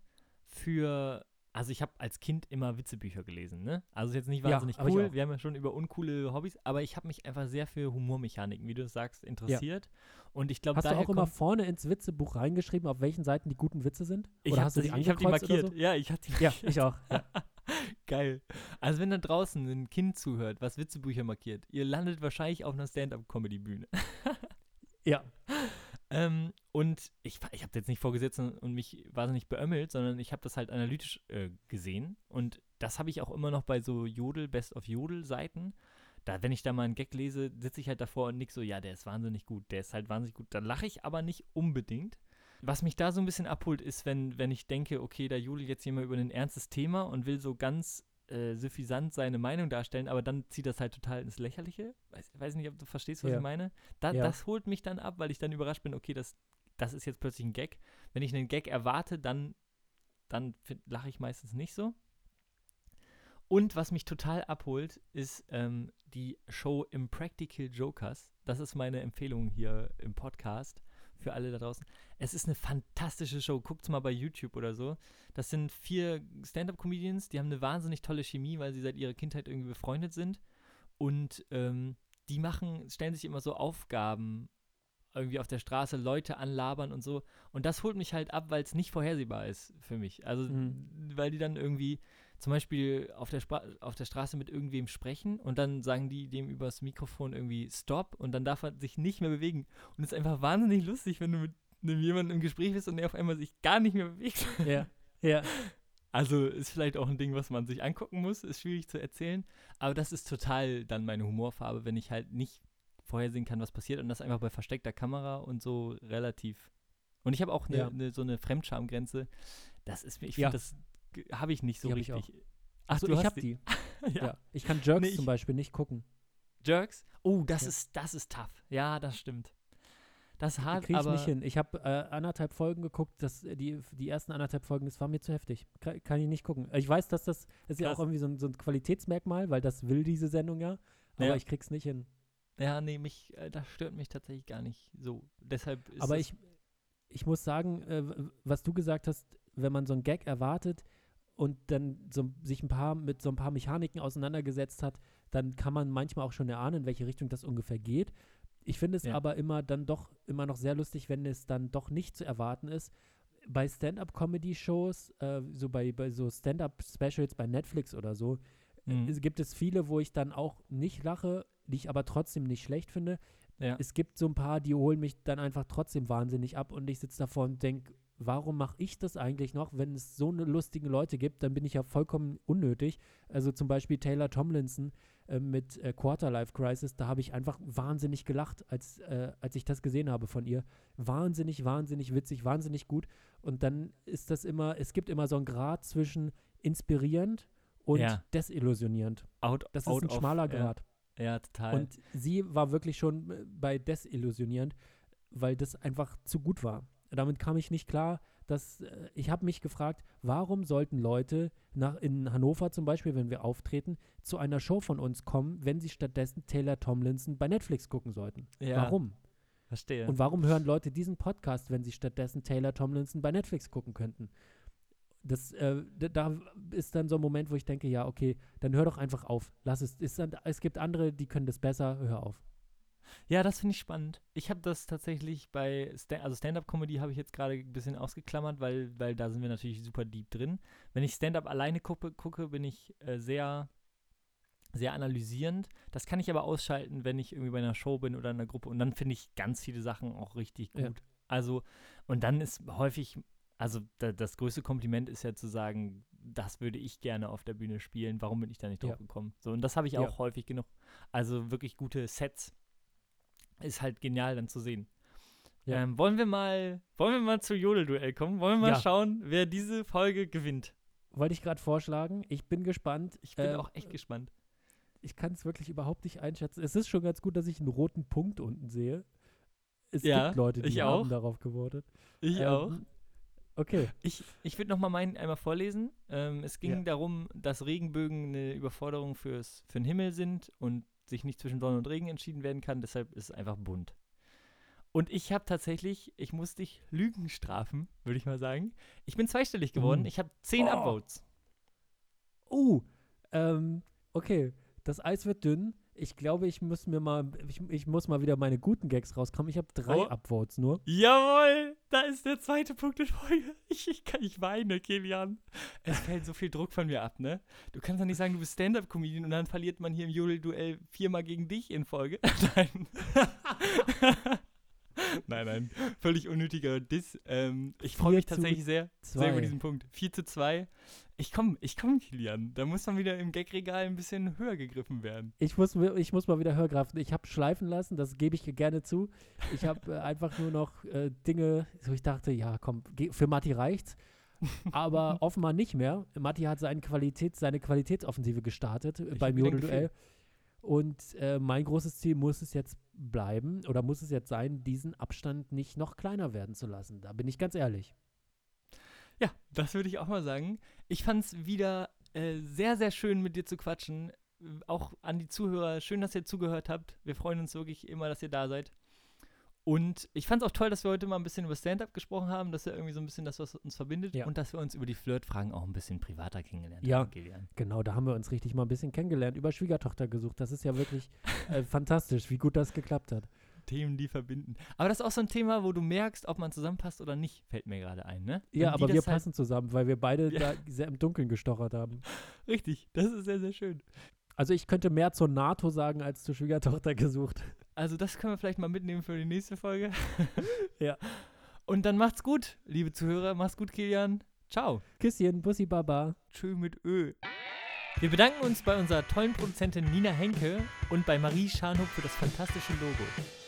Speaker 1: also ich habe als Kind immer Witzebücher gelesen, ne? Also ist jetzt nicht wahnsinnig cool, wir haben ja schon über uncoole Hobbys, aber ich habe mich einfach sehr für Humormechaniken, wie du es sagst, interessiert. Ja. Und ich glaube,
Speaker 2: hast du auch immer vorne ins Witzebuch reingeschrieben, auf welchen Seiten die guten Witze sind?
Speaker 1: Oder hast du die markiert?
Speaker 2: So?
Speaker 1: Ja, ich habe die
Speaker 2: markiert. Ja, ich auch. Ja.
Speaker 1: Geil. Also wenn da draußen ein Kind zuhört, was Witzebücher markiert, ihr landet wahrscheinlich auf einer Stand-Up-Comedy-Bühne.
Speaker 2: Ja.
Speaker 1: Und ich habe jetzt nicht vorgesetzt und mich wahnsinnig beömmelt, sondern ich habe das halt analytisch gesehen. Und das habe ich auch immer noch bei so Best-of-Jodel-Seiten. Wenn ich da mal einen Gag lese, sitze ich halt davor und nick so, ja, der ist wahnsinnig gut, der ist halt wahnsinnig gut. Dann lache ich aber nicht unbedingt. Was mich da so ein bisschen abholt, ist, wenn ich denke, okay, da jodelt jetzt jemand über ein ernstes Thema und will so ganz suffisant seine Meinung darstellen, aber dann zieht das halt total ins Lächerliche. Weiß nicht, ob du verstehst, was ich meine. Das holt mich dann ab, weil ich dann überrascht bin, okay, das ist jetzt plötzlich ein Gag. Wenn ich einen Gag erwarte, dann lache ich meistens nicht so. Und was mich total abholt, ist die Show Impractical Jokers. Das ist meine Empfehlung hier im Podcast für alle da draußen. Es ist eine fantastische Show. Guckt's mal bei YouTube oder so. Das sind 4 Stand-Up-Comedians, die haben eine wahnsinnig tolle Chemie, weil sie seit ihrer Kindheit irgendwie befreundet sind. Und die stellen sich immer so Aufgaben irgendwie auf der Straße, Leute anlabern und so. Und das holt mich halt ab, weil es nicht vorhersehbar ist für mich. Also, weil die dann irgendwie zum Beispiel auf der Straße mit irgendwem sprechen und dann sagen die dem übers Mikrofon irgendwie Stopp und dann darf er sich nicht mehr bewegen. Und es ist einfach wahnsinnig lustig, wenn du mit jemandem im Gespräch bist und der auf einmal sich gar nicht mehr bewegt.
Speaker 2: Ja, ja.
Speaker 1: Also ist vielleicht auch ein Ding, was man sich angucken muss, ist schwierig zu erzählen, aber das ist total dann meine Humorfarbe, wenn ich halt nicht vorhersehen kann, was passiert und das einfach bei versteckter Kamera und so relativ. Und ich habe auch so eine Fremdschamgrenze. Das ist mir, ich finde, das habe ich nicht so
Speaker 2: Die hab ich
Speaker 1: richtig.
Speaker 2: Ach so, ich habe die. Ja. Ich kann Jerks zum Beispiel nicht gucken.
Speaker 1: Jerks? Oh, das ist tough. Ja, das stimmt. Das ist hart,
Speaker 2: krieg ich
Speaker 1: aber
Speaker 2: nicht hin. Ich habe 1,5 Folgen geguckt, die ersten 1,5 Folgen, das war mir zu heftig. Kann ich nicht gucken. Ich weiß, dass das ist ja auch irgendwie so ein Qualitätsmerkmal, weil das will diese Sendung ja, aber ich krieg's nicht hin.
Speaker 1: Ja, nee, das stört mich tatsächlich gar nicht so. Deshalb ist
Speaker 2: aber ich muss sagen, was du gesagt hast, wenn man so einen Gag erwartet und dann sich mit so ein paar Mechaniken auseinandergesetzt hat, dann kann man manchmal auch schon erahnen, in welche Richtung das ungefähr geht. Ich finde es aber immer noch sehr lustig, wenn es dann doch nicht zu erwarten ist. Bei Stand-up-Comedy-Shows, so bei so Stand-up-Specials bei Netflix oder so, gibt es viele, wo ich dann auch nicht lache, die ich aber trotzdem nicht schlecht finde. Ja. Es gibt so ein paar, die holen mich dann einfach trotzdem wahnsinnig ab und ich sitze davor und denke, warum mache ich das eigentlich noch? Wenn es so eine lustige Leute gibt, dann bin ich ja vollkommen unnötig. Also zum Beispiel Taylor Tomlinson mit Quarter-Life Crisis, da habe ich einfach wahnsinnig gelacht, als ich das gesehen habe von ihr. Wahnsinnig, wahnsinnig witzig, wahnsinnig gut. Und dann ist es gibt immer so einen Grad zwischen inspirierend und desillusionierend. Das ist ein schmaler Grad.
Speaker 1: Ja, total.
Speaker 2: Und sie war wirklich schon bei desillusionierend, weil das einfach zu gut war. Damit kam ich nicht klar, ich habe mich gefragt, warum sollten Leute in Hannover zum Beispiel, wenn wir auftreten, zu einer Show von uns kommen, wenn sie stattdessen Taylor Tomlinson bei Netflix gucken sollten? Ja, warum?
Speaker 1: Verstehe.
Speaker 2: Und warum hören Leute diesen Podcast, wenn sie stattdessen Taylor Tomlinson bei Netflix gucken könnten? Da ist dann so ein Moment, wo ich denke, ja, okay, dann hör doch einfach auf. Lass es. Es gibt andere, die können das besser, hör auf.
Speaker 1: Ja, das finde ich spannend. Ich habe das tatsächlich bei Stand-Up-Comedy habe ich jetzt gerade ein bisschen ausgeklammert, weil da sind wir natürlich super deep drin. Wenn ich Stand-Up alleine gucke, bin ich sehr, sehr analysierend. Das kann ich aber ausschalten, wenn ich irgendwie bei einer Show bin oder in einer Gruppe und dann finde ich ganz viele Sachen auch richtig gut. Ja. Also, und dann ist häufig, also das größte Kompliment ist ja zu sagen, das würde ich gerne auf der Bühne spielen, warum bin ich da nicht drauf gekommen? So, und das habe ich auch häufig genug. Also wirklich gute Sets. Ist halt genial dann zu sehen. Ja. Wollen wir mal zu Jodelduell kommen? Wollen wir mal schauen, wer diese Folge gewinnt?
Speaker 2: Wollte ich gerade vorschlagen. Ich bin gespannt.
Speaker 1: Ich bin auch echt gespannt.
Speaker 2: Ich kann es wirklich überhaupt nicht einschätzen. Es ist schon ganz gut, dass ich einen roten Punkt unten sehe. Es gibt Leute, die haben darauf gewotet.
Speaker 1: Ich auch.
Speaker 2: Okay.
Speaker 1: Ich würde nochmal meinen einmal vorlesen. Es ging darum, dass Regenbögen eine Überforderung für den Himmel sind und sich nicht zwischen Sonne und Regen entschieden werden kann, deshalb ist es einfach bunt. Und ich habe tatsächlich, ich muss dich Lügen strafen, würde ich mal sagen. Ich bin zweistellig geworden, ich habe 10 Upvotes.
Speaker 2: Okay, das Eis wird dünn. Ich glaube, ich muss mal wieder meine guten Gags rauskommen. Ich habe 3 Upvotes nur.
Speaker 1: Jawohl, da ist der zweite Punkt in Folge. Ich weine, Kilian. Es fällt so viel Druck von mir ab, ne? Du kannst doch nicht sagen, du bist Stand-Up-Comedian und dann verliert man hier im Jodelduell 4-mal gegen dich in Folge. Nein. Nein, völlig unnötiger Diss. Ich freue mich tatsächlich sehr über diesen Punkt. 4:2. Ich komm, Kilian. Da muss man wieder im Gagregal ein bisschen höher gegriffen werden.
Speaker 2: Ich muss mal wieder höher greifen. Ich habe schleifen lassen, das gebe ich gerne zu. Ich habe einfach nur noch Dinge, so ich dachte, ja komm, für Matti reicht's. Aber offenbar nicht mehr. Matti hat seine Qualitätsoffensive gestartet beim Jodelduell. Und mein großes Ziel muss es jetzt sein, diesen Abstand nicht noch kleiner werden zu lassen. Da bin ich ganz ehrlich.
Speaker 1: Ja, das würde ich auch mal sagen. Ich fand es wieder sehr, sehr schön, mit dir zu quatschen. Auch an die Zuhörer, schön, dass ihr zugehört habt. Wir freuen uns wirklich immer, dass ihr da seid. Und ich fand es auch toll, dass wir heute mal ein bisschen über Stand-Up gesprochen haben. Das ist ja irgendwie so ein bisschen das, was uns verbindet. Ja. Und dass wir uns über die Flirtfragen auch ein bisschen privater kennengelernt haben, Kilian.
Speaker 2: Genau, da haben wir uns richtig mal ein bisschen kennengelernt. Über Schwiegertochter gesucht. Das ist ja wirklich fantastisch, wie gut das geklappt hat.
Speaker 1: Themen, die verbinden. Aber das ist auch so ein Thema, wo du merkst, ob man zusammenpasst oder nicht, fällt mir gerade ein, ne?
Speaker 2: Ja, aber wir passen zusammen, weil wir beide da sehr im Dunkeln gestochert haben.
Speaker 1: Richtig, das ist sehr, sehr schön.
Speaker 2: Also ich könnte mehr zur NATO sagen, als zur Schwiegertochter gesucht.
Speaker 1: Also das können wir vielleicht mal mitnehmen für die nächste Folge.
Speaker 2: Ja.
Speaker 1: Und dann macht's gut, liebe Zuhörer. Macht's gut, Kilian. Ciao.
Speaker 2: Küsschen, Bussi Baba.
Speaker 1: Tschö mit Ö. Wir bedanken uns bei unserer tollen Produzentin Nina Henke und bei Marie Scharnhoff für das fantastische Logo.